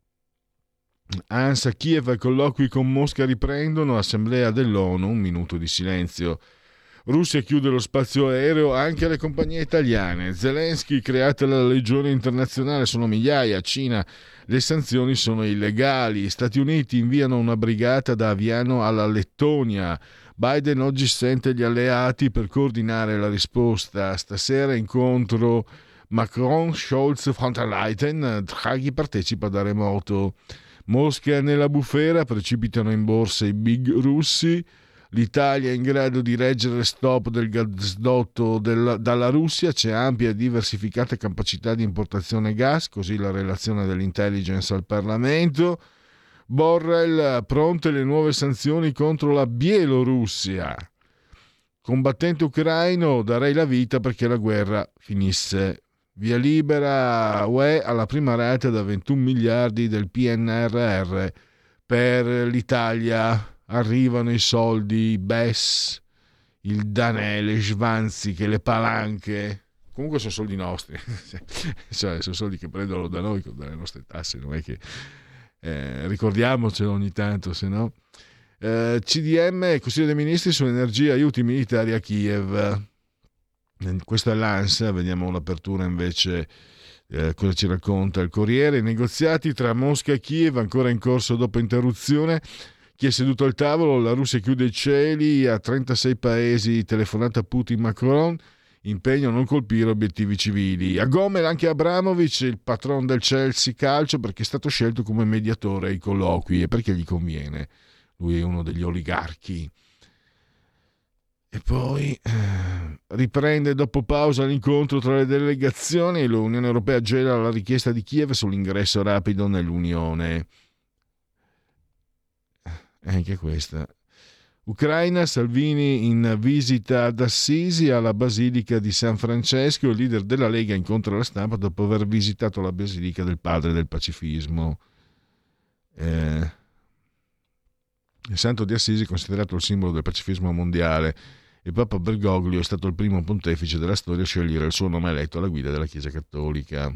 ANSA, Kiev, colloqui con Mosca riprendono, assemblea dell'ONU, un minuto di silenzio. Russia chiude lo spazio aereo anche alle compagnie italiane. Zelensky, creata la legione internazionale, sono migliaia. Cina, le sanzioni sono illegali. Stati Uniti inviano una brigata da Aviano alla Lettonia. Biden oggi sente gli alleati per coordinare la risposta. Stasera incontro Macron, Scholz, von der Leyen. Draghi partecipa da remoto. Mosca nella bufera, precipitano in borsa i big russi. L'Italia è in grado di reggere stop del gasdotto del, dalla Russia, c'è ampia e diversificata capacità di importazione gas, così la relazione dell'intelligence al Parlamento. Borrell, pronte le nuove sanzioni contro la Bielorussia. Combattente ucraino, darei la vita perché la guerra finisse. Via libera U E alla prima rata da ventuno miliardi del P N R R per l'Italia. Arrivano i soldi, i B E S, il Danè, le Schwanzig, le palanche. Comunque sono soldi nostri, cioè sono soldi che prendono da noi con le nostre tasse, non è che eh, ricordiamocelo ogni tanto, se no. Eh, C D M, Consiglio dei Ministri sull'energia, aiuti militari a Kiev. Questa è l'ANSA, vediamo l'apertura invece. Eh, cosa ci racconta il Corriere? I negoziati tra Mosca e Kiev ancora in corso dopo interruzione. Chi è seduto al tavolo? La Russia chiude i cieli a trentasei paesi, telefonata Putin Macron, impegno a non colpire obiettivi civili. A Gomel anche Abramovic, il patron del Chelsea Calcio, perché è stato scelto come mediatore ai colloqui e perché gli conviene. Lui è uno degli oligarchi. E poi eh, riprende dopo pausa l'incontro tra le delegazioni e l'Unione Europea gela la richiesta di Kiev sull'ingresso rapido nell'Unione. Anche questa. Ucraina, Salvini in visita ad Assisi alla Basilica di San Francesco. Il leader della Lega incontra la stampa dopo aver visitato la Basilica del Padre del Pacifismo. Eh, il Santo di Assisi è considerato il simbolo del pacifismo mondiale. Il Papa Bergoglio è stato il primo pontefice della storia a scegliere il suo nome eletto alla guida della Chiesa Cattolica.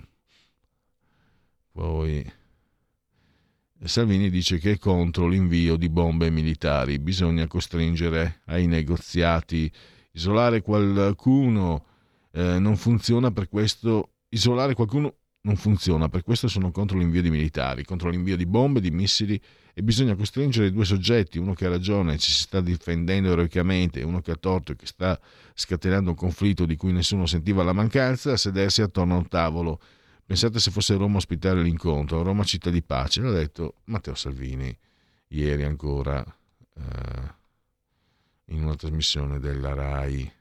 Poi Salvini dice che è contro l'invio di bombe militari, bisogna costringere ai negoziati, isolare qualcuno eh, non funziona, per questo isolare qualcuno non funziona, per questo sono contro l'invio di militari, contro l'invio di bombe, di missili, e bisogna costringere i due soggetti, uno che ha ragione e ci si sta difendendo eroicamente, e uno che ha torto e che sta scatenando un conflitto di cui nessuno sentiva la mancanza, a sedersi attorno a un tavolo. Pensate se fosse Roma a ospitare l'incontro, Roma città di pace, l'ha detto Matteo Salvini ieri ancora eh, in una trasmissione della Rai.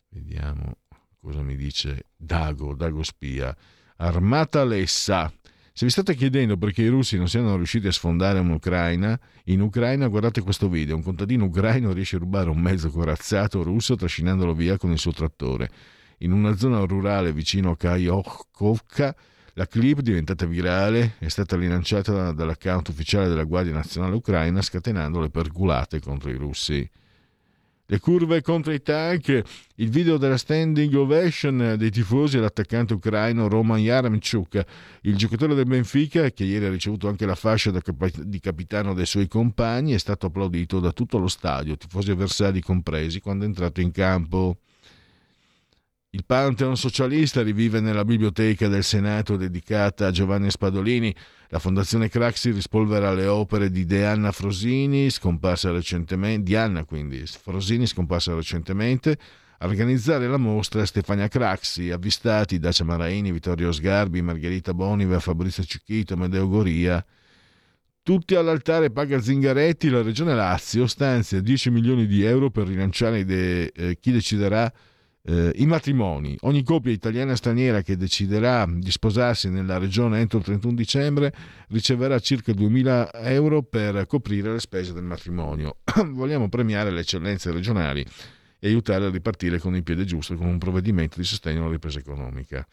Vediamo cosa mi dice Dago, Dago Spia. Armata Lessa, Se vi state chiedendo perché i russi non siano riusciti a sfondare un'Ucraina, in Ucraina guardate questo video, un contadino ucraino riesce a rubare un mezzo corazzato russo trascinandolo via con il suo trattore. In una zona rurale vicino a Kayokhovka, la clip, diventata virale, è stata rilanciata dall'account ufficiale della Guardia Nazionale Ucraina, scatenando le perculate contro i russi. Le curve contro i tank, il video della standing ovation dei tifosi all'attaccante ucraino Roman Yaremchuk, il giocatore del Benfica, che ieri ha ricevuto anche la fascia di capitano dei suoi compagni, è stato applaudito da tutto lo stadio, tifosi avversari compresi, quando è entrato in campo. Il Pantheon socialista rivive nella biblioteca del Senato dedicata a Giovanni Spadolini. La Fondazione Craxi rispolvera le opere di Diana Frosini, scomparsa recentemente, Diana quindi, Frosini, scomparsa recentemente. A organizzare la mostra Stefania Craxi, avvistati Dacia Maraini, Vittorio Sgarbi, Margherita Boniver, Fabrizio Cicchito, Medeo Goria. Tutti all'altare paga Zingaretti, la Regione Lazio stanzia dieci milioni di euro per rilanciare de, eh, chi deciderà Eh, i matrimoni. Ogni coppia italiana e straniera che deciderà di sposarsi nella regione entro il trentuno dicembre riceverà circa duemila euro per coprire le spese del matrimonio. Vogliamo premiare le eccellenze regionali e aiutare a ripartire con il piede giusto con un provvedimento di sostegno alla ripresa economica.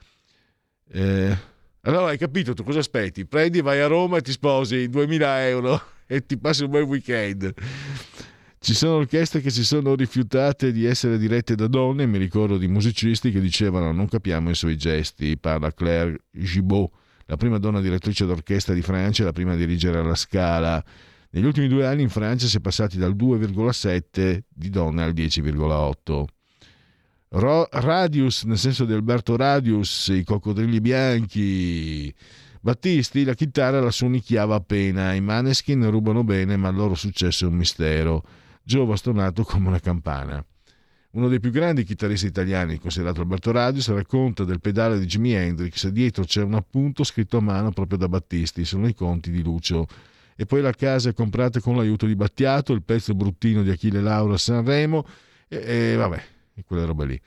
Eh, allora hai capito, tu cosa aspetti? Prendi, vai a Roma e ti sposi duemila euro e ti passi un bel weekend. Ci sono orchestre che si sono rifiutate di essere dirette da donne, mi ricordo di musicisti che dicevano non capiamo i suoi gesti, parla Claire Gibault, la prima donna direttrice d'orchestra di Francia e la prima a dirigere alla Scala. Negli ultimi due anni in Francia si è passati dal due virgola sette di donne al dieci virgola otto. Ro- Radius, nel senso di Alberto Radius, i coccodrilli bianchi. Battisti, la chitarra la suonicchiava appena, i Maneskin rubano bene ma il loro successo è un mistero. Giova stonato come una campana. Uno dei più grandi chitarristi italiani, considerato Alberto Radius, racconta del pedale di Jimi Hendrix. Dietro c'è un appunto scritto a mano proprio da Battisti, sono i conti di Lucio. E poi la casa è comprata con l'aiuto di Battiato, il pezzo bruttino di Achille Lauro a Sanremo e, e vabbè, e quelle robe lì.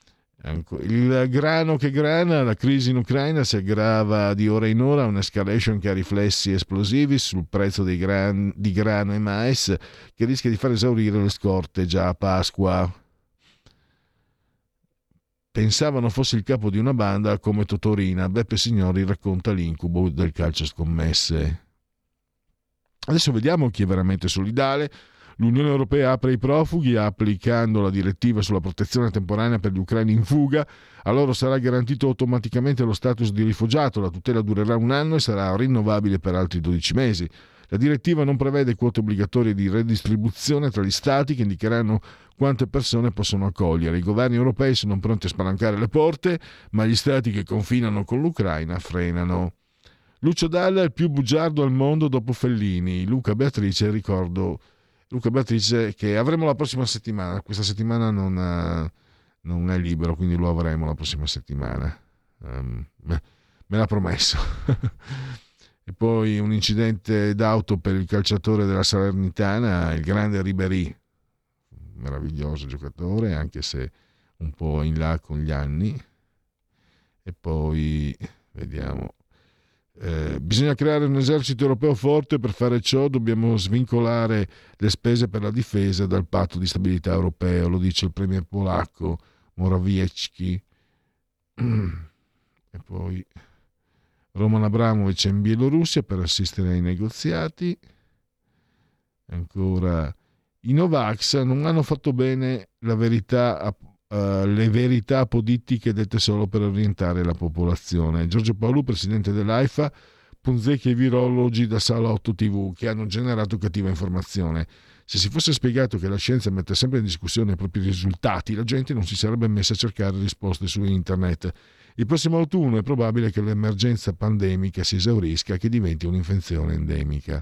Il grano che grana, la crisi in Ucraina si aggrava di ora in ora, un'escalation che ha riflessi esplosivi sul prezzo dei gran, di grano e mais, che rischia di far esaurire le scorte già a Pasqua. Pensavano fosse il capo di una banda come Totorina. Beppe Signori racconta l'incubo del calcio scommesse. Adesso vediamo chi è veramente solidale. L'Unione Europea apre i profughi applicando la direttiva sulla protezione temporanea per gli ucraini in fuga. A loro sarà garantito automaticamente lo status di rifugiato, la tutela durerà un anno e sarà rinnovabile per altri dodici mesi. La direttiva non prevede quote obbligatorie di redistribuzione tra gli stati che indicheranno quante persone possono accogliere. I governi europei sono pronti a spalancare le porte, ma gli stati che confinano con l'Ucraina frenano. Lucio Dalla è il più bugiardo al mondo dopo Fellini. Luca Beatrice, ricordo Luca Beatrice che avremo la prossima settimana. Questa settimana non, uh, non è libero, quindi lo avremo la prossima settimana. Um, me, me l'ha promesso. E poi un incidente d'auto per il calciatore della Salernitana, il grande Ribéry, meraviglioso giocatore, anche se un po' in là con gli anni. E poi vediamo. Eh, bisogna creare un esercito europeo forte. Per fare ciò dobbiamo svincolare le spese per la difesa dal patto di stabilità europeo, lo dice il premier polacco Morawiecki. E poi Roman Abramovic è in Bielorussia per assistere ai negoziati. Ancora i Novax non hanno fatto bene la verità a Uh, le verità apodittiche dette solo per orientare la popolazione. Giorgio Paolù, presidente dell'AIFA, punzecchia i virologi da Salotto tivù che hanno generato cattiva informazione. Se si fosse spiegato che la scienza mette sempre in discussione i propri risultati, la gente non si sarebbe messa a cercare risposte su internet. Il prossimo autunno è probabile che l'emergenza pandemica si esaurisca e che diventi un'infezione endemica.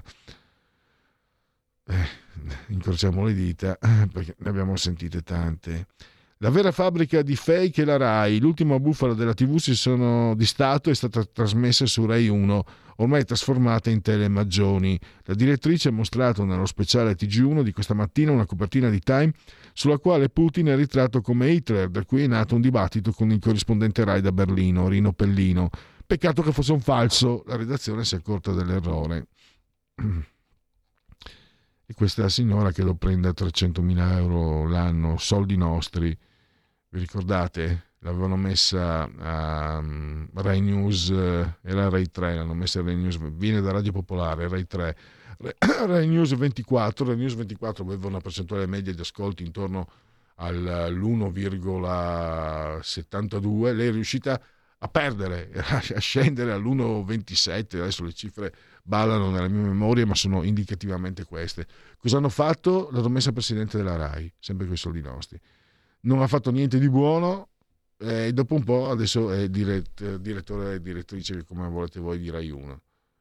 Eh, incrociamo le dita perché ne abbiamo sentite tante. La vera fabbrica di fake è la Rai. L'ultima bufala della tivù si sono, di Stato è stata trasmessa su Rai uno, ormai trasformata in Telemaggioni. La direttrice ha mostrato nello speciale T G uno di questa mattina una copertina di Time sulla quale Putin è ritratto come Hitler, da cui è nato un dibattito con il corrispondente Rai da Berlino, Rino Pellino. Peccato che fosse un falso, la redazione si è accorta dell'errore. E questa signora che lo prende a trecentomila euro l'anno, soldi nostri, vi ricordate? L'avevano messa a um, Rai News, era Rai tre, l'hanno messa a Rai News, viene da Radio Popolare, Rai tre, Rai News ventiquattro, Rai News ventiquattro aveva una percentuale media di ascolti intorno all'uno virgola settantadue, lei è riuscita a perdere, a scendere all'uno virgola ventisette, adesso le cifre ballano nella mia memoria, ma sono indicativamente queste. Cosa hanno fatto? L'hanno messa presidente della Rai, sempre con i soldi nostri. Non ha fatto niente di buono, e dopo un po' adesso è dirett- direttore e direttrice, come volete voi, di Rai uno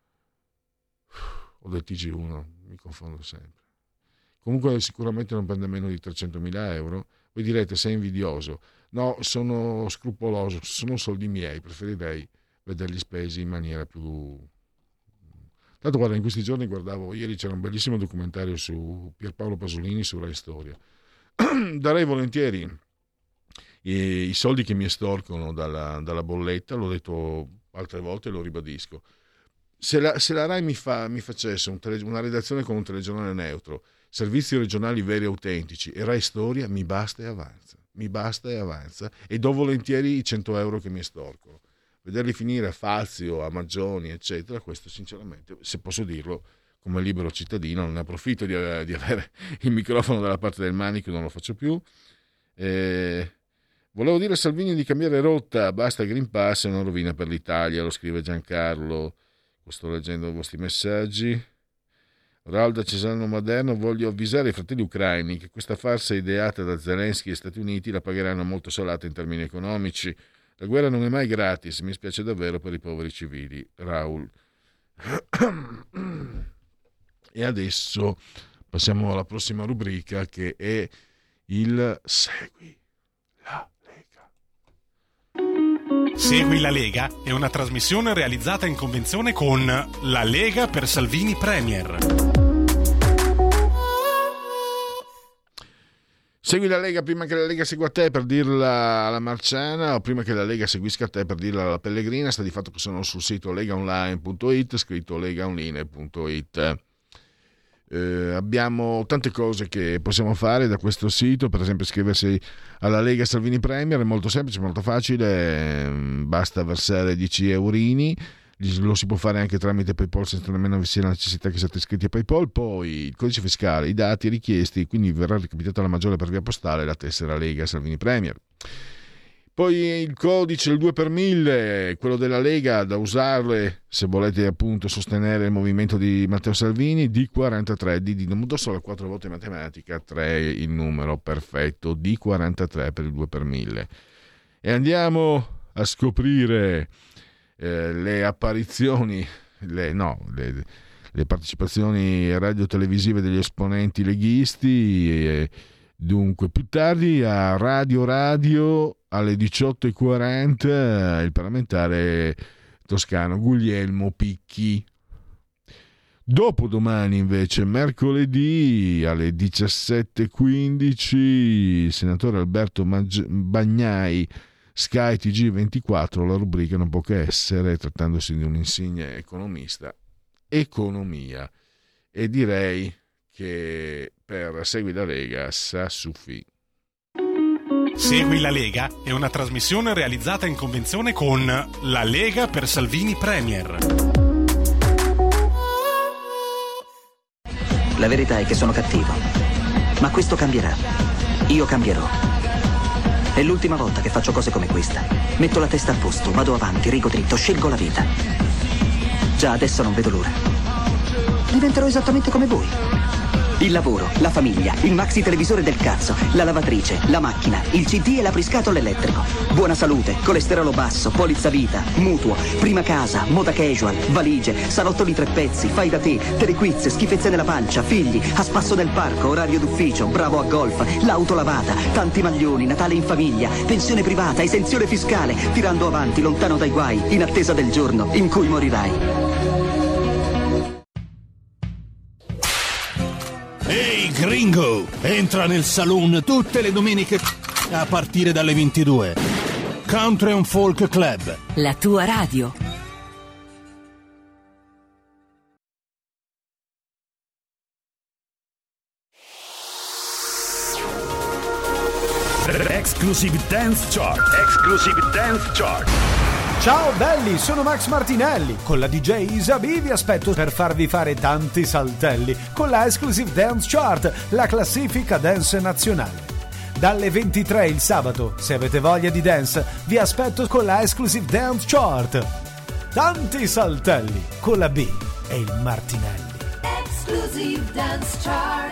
o del T G uno, mi confondo sempre. Comunque sicuramente non prende meno di trecentomila euro. Voi direte, sei invidioso. No, sono scrupoloso, sono soldi miei, preferirei vederli spesi in maniera più... Tanto guarda, in questi giorni guardavo, ieri c'era un bellissimo documentario su Pierpaolo Pasolini su Rai Storia. Darei volentieri i, i soldi che mi estorcono dalla, dalla bolletta, l'ho detto altre volte e lo ribadisco. Se la, se la Rai mi, fa, mi facesse un tele, una redazione con un telegiornale neutro, servizi regionali veri e autentici e Rai Storia, mi basta e avanza, mi basta e avanza, e do volentieri i cento euro che mi estorcono. Vederli finire a Fazio, a Maggioni, eccetera, questo sinceramente, se posso dirlo, come libero cittadino, non ne approfitto di, di avere il microfono dalla parte del manico, non lo faccio più. Eh, volevo dire a Salvini di cambiare rotta, basta Green Pass, è una rovina per l'Italia, lo scrive Giancarlo. Sto leggendo i vostri messaggi. Raul da Cesano Maderno, voglio avvisare i fratelli ucraini che questa farsa ideata da Zelensky e Stati Uniti la pagheranno molto salata in termini economici. La guerra non è mai gratis, mi spiace davvero per i poveri civili. Raul. E adesso passiamo alla prossima rubrica, che è il Segui la Lega. Segui la Lega è una trasmissione realizzata in convenzione con La Lega per Salvini Premier. Segui la Lega prima che la Lega segua te, per dirla alla Marciana, o prima che la Lega seguisca te, per dirla alla Pellegrina. Sta di fatto che sono sul sito legaonline punto it, scritto legaonline punto it. Eh, abbiamo tante cose che possiamo fare da questo sito, per esempio iscriversi alla Lega Salvini Premier, è molto semplice, molto facile, basta versare dieci eurini, lo si può fare anche tramite PayPal senza nemmeno vi sia la necessità che siate iscritti a PayPal. Poi il codice fiscale, i dati richiesti, quindi verrà recapitata la maggiore per via postale la tessera Lega Salvini Premier. Poi il codice, il due per mille, quello della Lega, da usare se volete appunto sostenere il movimento di Matteo Salvini, D quarantatré, D di non solo quattro volte matematica, tre il numero perfetto, D quarantatré per il due per mille. E andiamo a scoprire eh, le apparizioni, le, no, le, le partecipazioni radio-televisive degli esponenti leghisti. E, dunque, più tardi a Radio Radio alle diciotto e quaranta il parlamentare toscano Guglielmo Picchi. Dopodomani invece, mercoledì alle diciassette e quindici, il senatore Alberto Mag- Bagnai, Sky T G ventiquattro, la rubrica non può che essere, trattandosi di un insigne economista, economia. E direi che per Segui la Lega sa suffi. Segui la Lega è una trasmissione realizzata in convenzione con La Lega per Salvini Premier. La verità è che sono cattivo, ma questo cambierà. Io cambierò. È l'ultima volta che faccio cose come questa. Metto la testa a posto, vado avanti, rigo dritto, scelgo la vita. Già adesso non vedo l'ora. Diventerò esattamente come voi. Il lavoro, la famiglia, il maxi televisore del cazzo, la lavatrice, la macchina, il C D e l'apriscatole elettrico. Buona salute, colesterolo basso, polizza vita, mutuo, prima casa, moda casual, valigie, salottoli tre pezzi, fai da te, telequiz, schifezze nella pancia, figli, a spasso del parco, orario d'ufficio, bravo a golf, l'auto lavata, tanti maglioni, Natale in famiglia, pensione privata, esenzione fiscale, tirando avanti, lontano dai guai, in attesa del giorno in cui morirai. Ehi, gringo! Entra nel saloon tutte le domeniche a partire dalle ventidue. Country and Folk Club. La tua radio. Exclusive Dance Chart. Exclusive Dance Chart. Ciao belli, sono Max Martinelli. Con la D J Isabi vi aspetto per farvi fare tanti saltelli con la Exclusive Dance Chart, la classifica dance nazionale. Dalle ventitré il sabato, se avete voglia di dance, vi aspetto con la Exclusive Dance Chart. Tanti saltelli con la B e il Martinelli. Exclusive Dance Chart.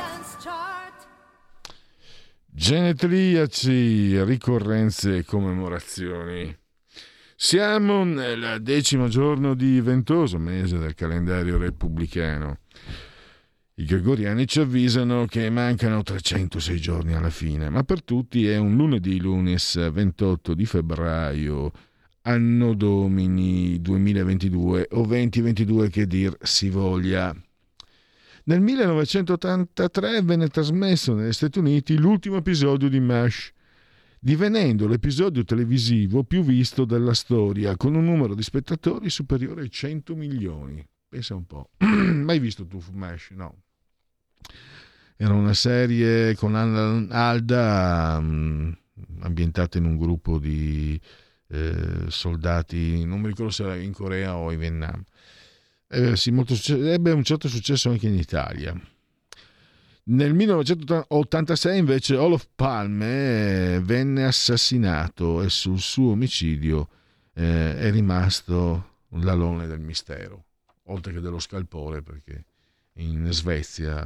Genetriaci, ricorrenze e commemorazioni. Siamo nel decimo giorno di ventoso mese del calendario repubblicano. I gregoriani ci avvisano che mancano trecentosei giorni alla fine, ma per tutti è un lunedì lunes ventotto di febbraio, anno domini duemilaventidue o duemilaventidue che dir si voglia. Nel millenovecentottantatré venne trasmesso negli Stati Uniti l'ultimo episodio di MASH, divenendo l'episodio televisivo più visto della storia, con un numero di spettatori superiore ai cento milioni. Pensa un po'. Mai visto tu MASH? No. Era una serie con Alda um, ambientata in un gruppo di eh, soldati, non mi ricordo se era in Corea o in Vietnam. Eh, sì, molto successo, ebbe un certo successo anche in Italia. Nel millenovecentottantasei invece Olof Palme venne assassinato e sul suo omicidio eh, è rimasto l'alone del mistero, oltre che dello scalpore, perché in Svezia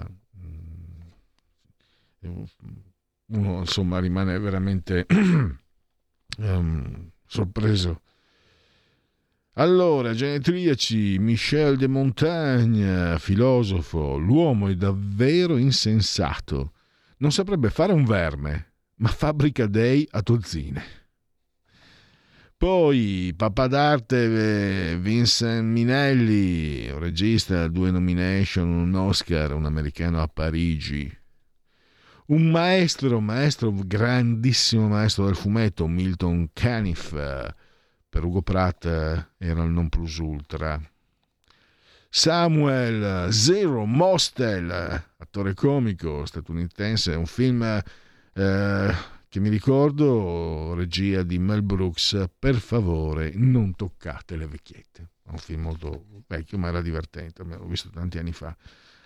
uno insomma rimane veramente um, sorpreso. Allora, genetriaci, Michel de Montaigne, filosofo, l'uomo è davvero insensato. Non saprebbe fare un verme, ma fabbrica dei a dozzine. Poi, papà d'arte Vincent Minelli, un regista, due nomination, un Oscar, un americano a Parigi. Un maestro, maestro, grandissimo maestro del fumetto, Milton Caniff. Per Ugo Pratt era il non plus ultra. Samuel Zero Mostel, attore comico statunitense, un film eh, che mi ricordo, regia di Mel Brooks, Per favore non toccate le vecchiette. È un film molto vecchio ma era divertente, l'ho visto tanti anni fa.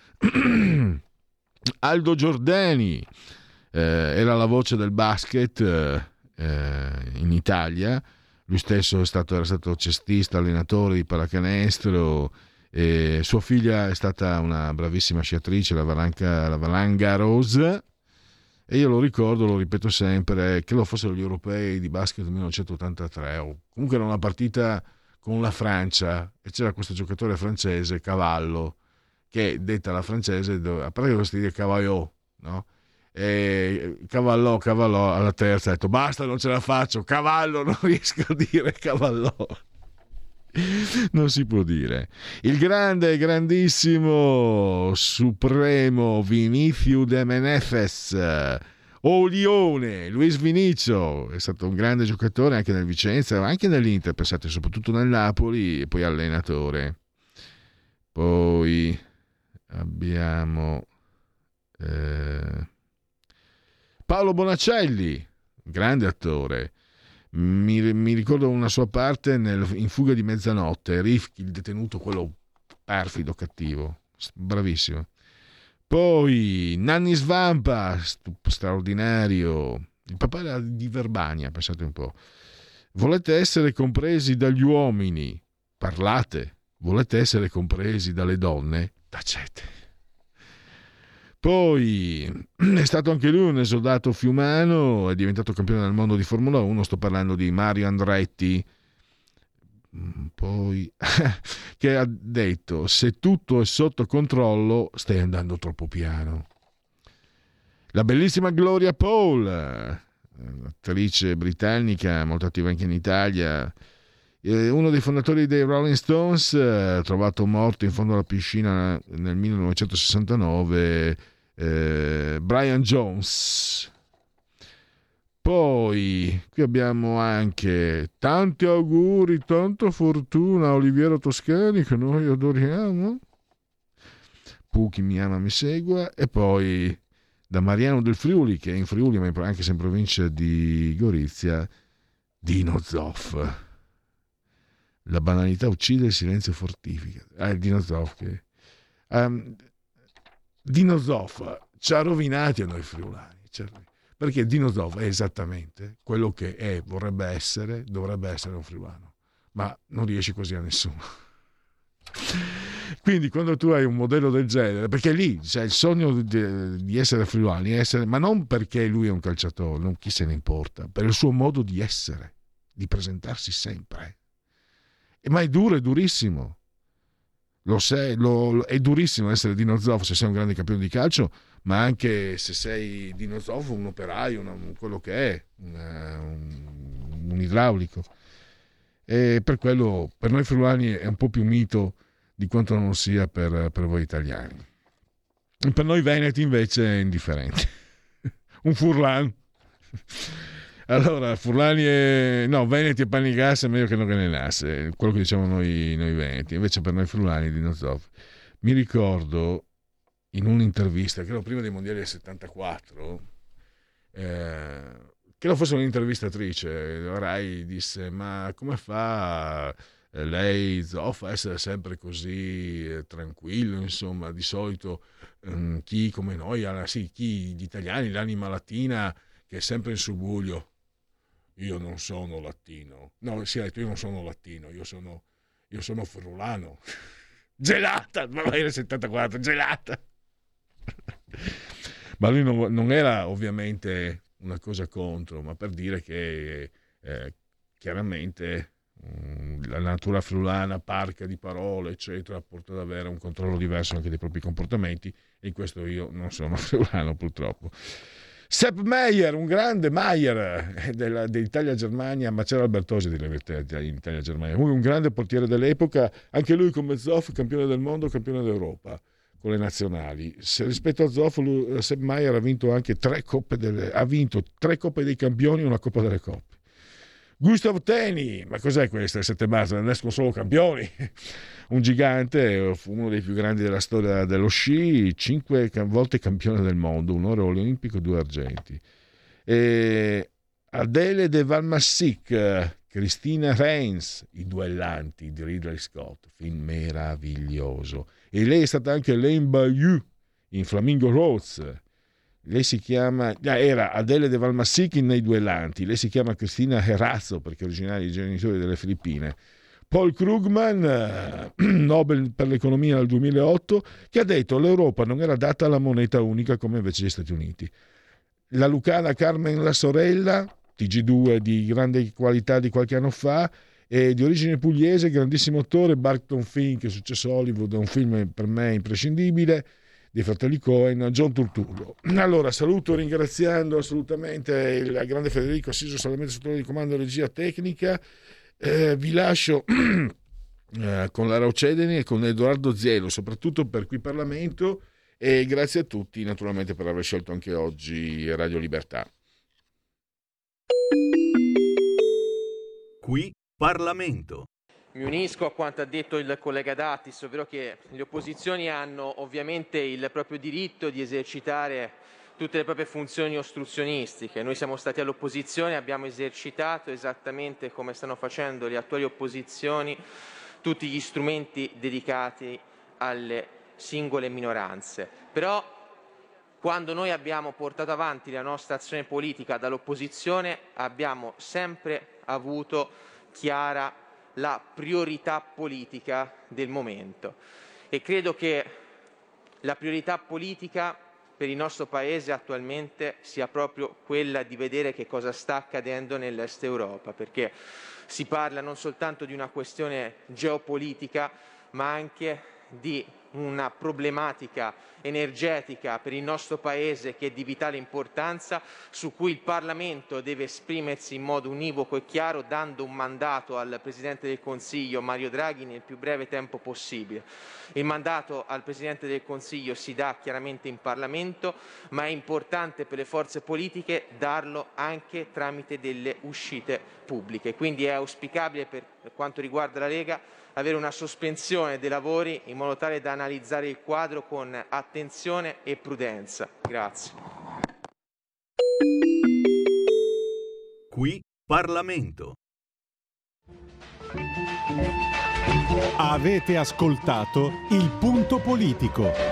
Aldo Giordani eh, era la voce del basket eh, in Italia. Lui stesso è stato, era stato cestista, allenatore di pallacanestro, e sua figlia è stata una bravissima sciatrice, la Valanga, la Valanga Rose, e io lo ricordo, lo ripeto sempre, che lo fossero gli europei di basket del millenovecentottantatré, o comunque era una partita con la Francia, e c'era questo giocatore francese, Cavallo, che detta la francese, a parte dovresti dire Cavallò, no? E Cavallò, Cavallò, alla terza ha detto basta, non ce la faccio, cavallo, non riesco a dire Cavallò, non si può dire. Il grande, grandissimo, supremo Vinicius de Menezes, o Lione, Luis Vinicio, è stato un grande giocatore anche nel Vicenza, anche nell'Inter, pensate, soprattutto nel Napoli, e poi allenatore. Poi abbiamo eh, Paolo Bonacelli, grande attore. Mi, mi ricordo una sua parte nel, in Fuga di mezzanotte, Rifki, il detenuto, quello perfido, cattivo, bravissimo. Poi Nanni Svampa, straordinario, il papà era di Verbania, pensate un po'. Volete essere compresi dagli uomini? Parlate. Volete essere compresi dalle donne? Tacete. Poi è stato anche lui un esodato fiumano, è diventato campione del mondo di Formula uno, sto parlando di Mario Andretti. Poi che ha detto: se tutto è sotto controllo stai andando troppo piano. La bellissima Gloria Paul, attrice britannica molto attiva anche in Italia, uno dei fondatori dei Rolling Stones, trovato morto in fondo alla piscina nel millenovecentosessantanove, eh, Brian Jones. Poi qui abbiamo anche tanti auguri, tanta fortuna a Oliviero Toscani, che noi adoriamo. Pucchi mi ama, mi segua. E poi da Mariano del Friuli, che è in Friuli ma anche se in provincia di Gorizia, Dino Zoff. La banalità uccide, il silenzio fortifica. Ah, il Dino Zoff che... Um, Dino Zoff ci ha rovinati a noi friulani, perché Dino Zoff è esattamente quello che è, vorrebbe essere, dovrebbe essere un friulano, ma non riesce così a nessuno. Quindi quando tu hai un modello del genere, perché lì c'è il sogno di, di essere friulani, essere, ma non perché lui è un calciatore, non chi se ne importa, per il suo modo di essere, di presentarsi sempre. E, ma è duro, è durissimo. Lo sei, lo, è durissimo essere Dino Zoff se sei un grande campione di calcio, ma anche se sei Dino Zoff, un operaio, una, quello che è, una, un, un idraulico. E per quello, per noi friulani è un po' più mito di quanto non sia per, per voi italiani. E per noi veneti invece è indifferente. Un furlan. Allora, Furlani e... no, Veneti e Panigas è meglio che non che ne nasse, quello che diciamo noi, noi Veneti. Invece per noi Friulani, Dino Zoff. Mi ricordo in un'intervista, credo prima dei mondiali del settantaquattro, eh, che lo fosse un'intervistatrice, Rai disse: ma come fa lei, Zoff, a essere sempre così eh, tranquillo? Insomma, di solito ehm, chi come noi, sì, chi gli italiani, l'anima latina che è sempre in subbuglio. Io non sono latino. No, sì, io non sono latino, io sono, io sono friulano. Gelata, ma era il settantaquattro, gelata. Ma lui non, non era ovviamente una cosa contro, ma per dire che eh, chiaramente mh, la natura friulana, parca di parole, eccetera, porta ad avere un controllo diverso anche dei propri comportamenti, e in questo io non sono friulano purtroppo. Sepp Maier, un grande Maier della, dell'Italia-Germania, ma c'era Albertosi in Italia-Germania, un grande portiere dell'epoca, anche lui come Zoff, campione del mondo, campione d'Europa con le nazionali. Se, rispetto a Zoff, lui, Sepp Maier ha vinto anche tre coppe delle, ha vinto tre coppe dei campioni e una coppa delle coppe. Gustav Teni, ma cos'è questo? Il sette marzo, non escono solo campioni. Un gigante, uno dei più grandi della storia dello sci, cinque volte campione del mondo, un oro olimpico e due argenti. E Adele de Valmassic, Christina Reins, I duellanti di Ridley Scott, film meraviglioso. E lei è stata anche Lane Bayou in Flamingo Rhodes. Lei si chiama, era Adele de Valmassic nei duellanti, lei si chiama Cristina Herrazzo perché è originaria dei genitori delle Filippine. Paul Krugman, Nobel per l'economia nel duemilaotto, che ha detto che l'Europa non era data alla moneta unica come invece gli Stati Uniti. La lucana Carmen La Sorella, T G due di grande qualità di qualche anno fa, e di origine pugliese, grandissimo attore, Barton Fink, successo Hollywood, è un film per me imprescindibile, dei fratelli Coen, John Turturro. Allora saluto ringraziando assolutamente il grande Federico assiso solamente sotto il comando di regia tecnica. Eh, vi lascio eh, con la Raucedeni e con Edoardo Zielo, soprattutto per Qui Parlamento, e grazie a tutti naturalmente per aver scelto anche oggi Radio Libertà. Qui Parlamento. Mi unisco a quanto ha detto il collega Dattis, ovvero che le opposizioni hanno ovviamente il proprio diritto di esercitare tutte le proprie funzioni ostruzionistiche. Noi siamo stati all'opposizione, abbiamo esercitato esattamente come stanno facendo le attuali opposizioni tutti gli strumenti dedicati alle singole minoranze. Però quando noi abbiamo portato avanti la nostra azione politica dall'opposizione abbiamo sempre avuto chiara la priorità politica del momento e credo che la priorità politica per il nostro Paese attualmente sia proprio quella di vedere che cosa sta accadendo nell'Est Europa, perché si parla non soltanto di una questione geopolitica ma anche di una problematica energetica per il nostro Paese che è di vitale importanza, su cui il Parlamento deve esprimersi in modo univoco e chiaro, dando un mandato al Presidente del Consiglio Mario Draghi nel più breve tempo possibile. Il mandato al Presidente del Consiglio si dà chiaramente in Parlamento, ma è importante per le forze politiche darlo anche tramite delle uscite pubbliche. Quindi è auspicabile, per quanto riguarda la Lega, avere una sospensione dei lavori in modo tale da analizzare il quadro con attenzione e prudenza. Grazie. Qui Parlamento. Avete ascoltato Il Punto Politico.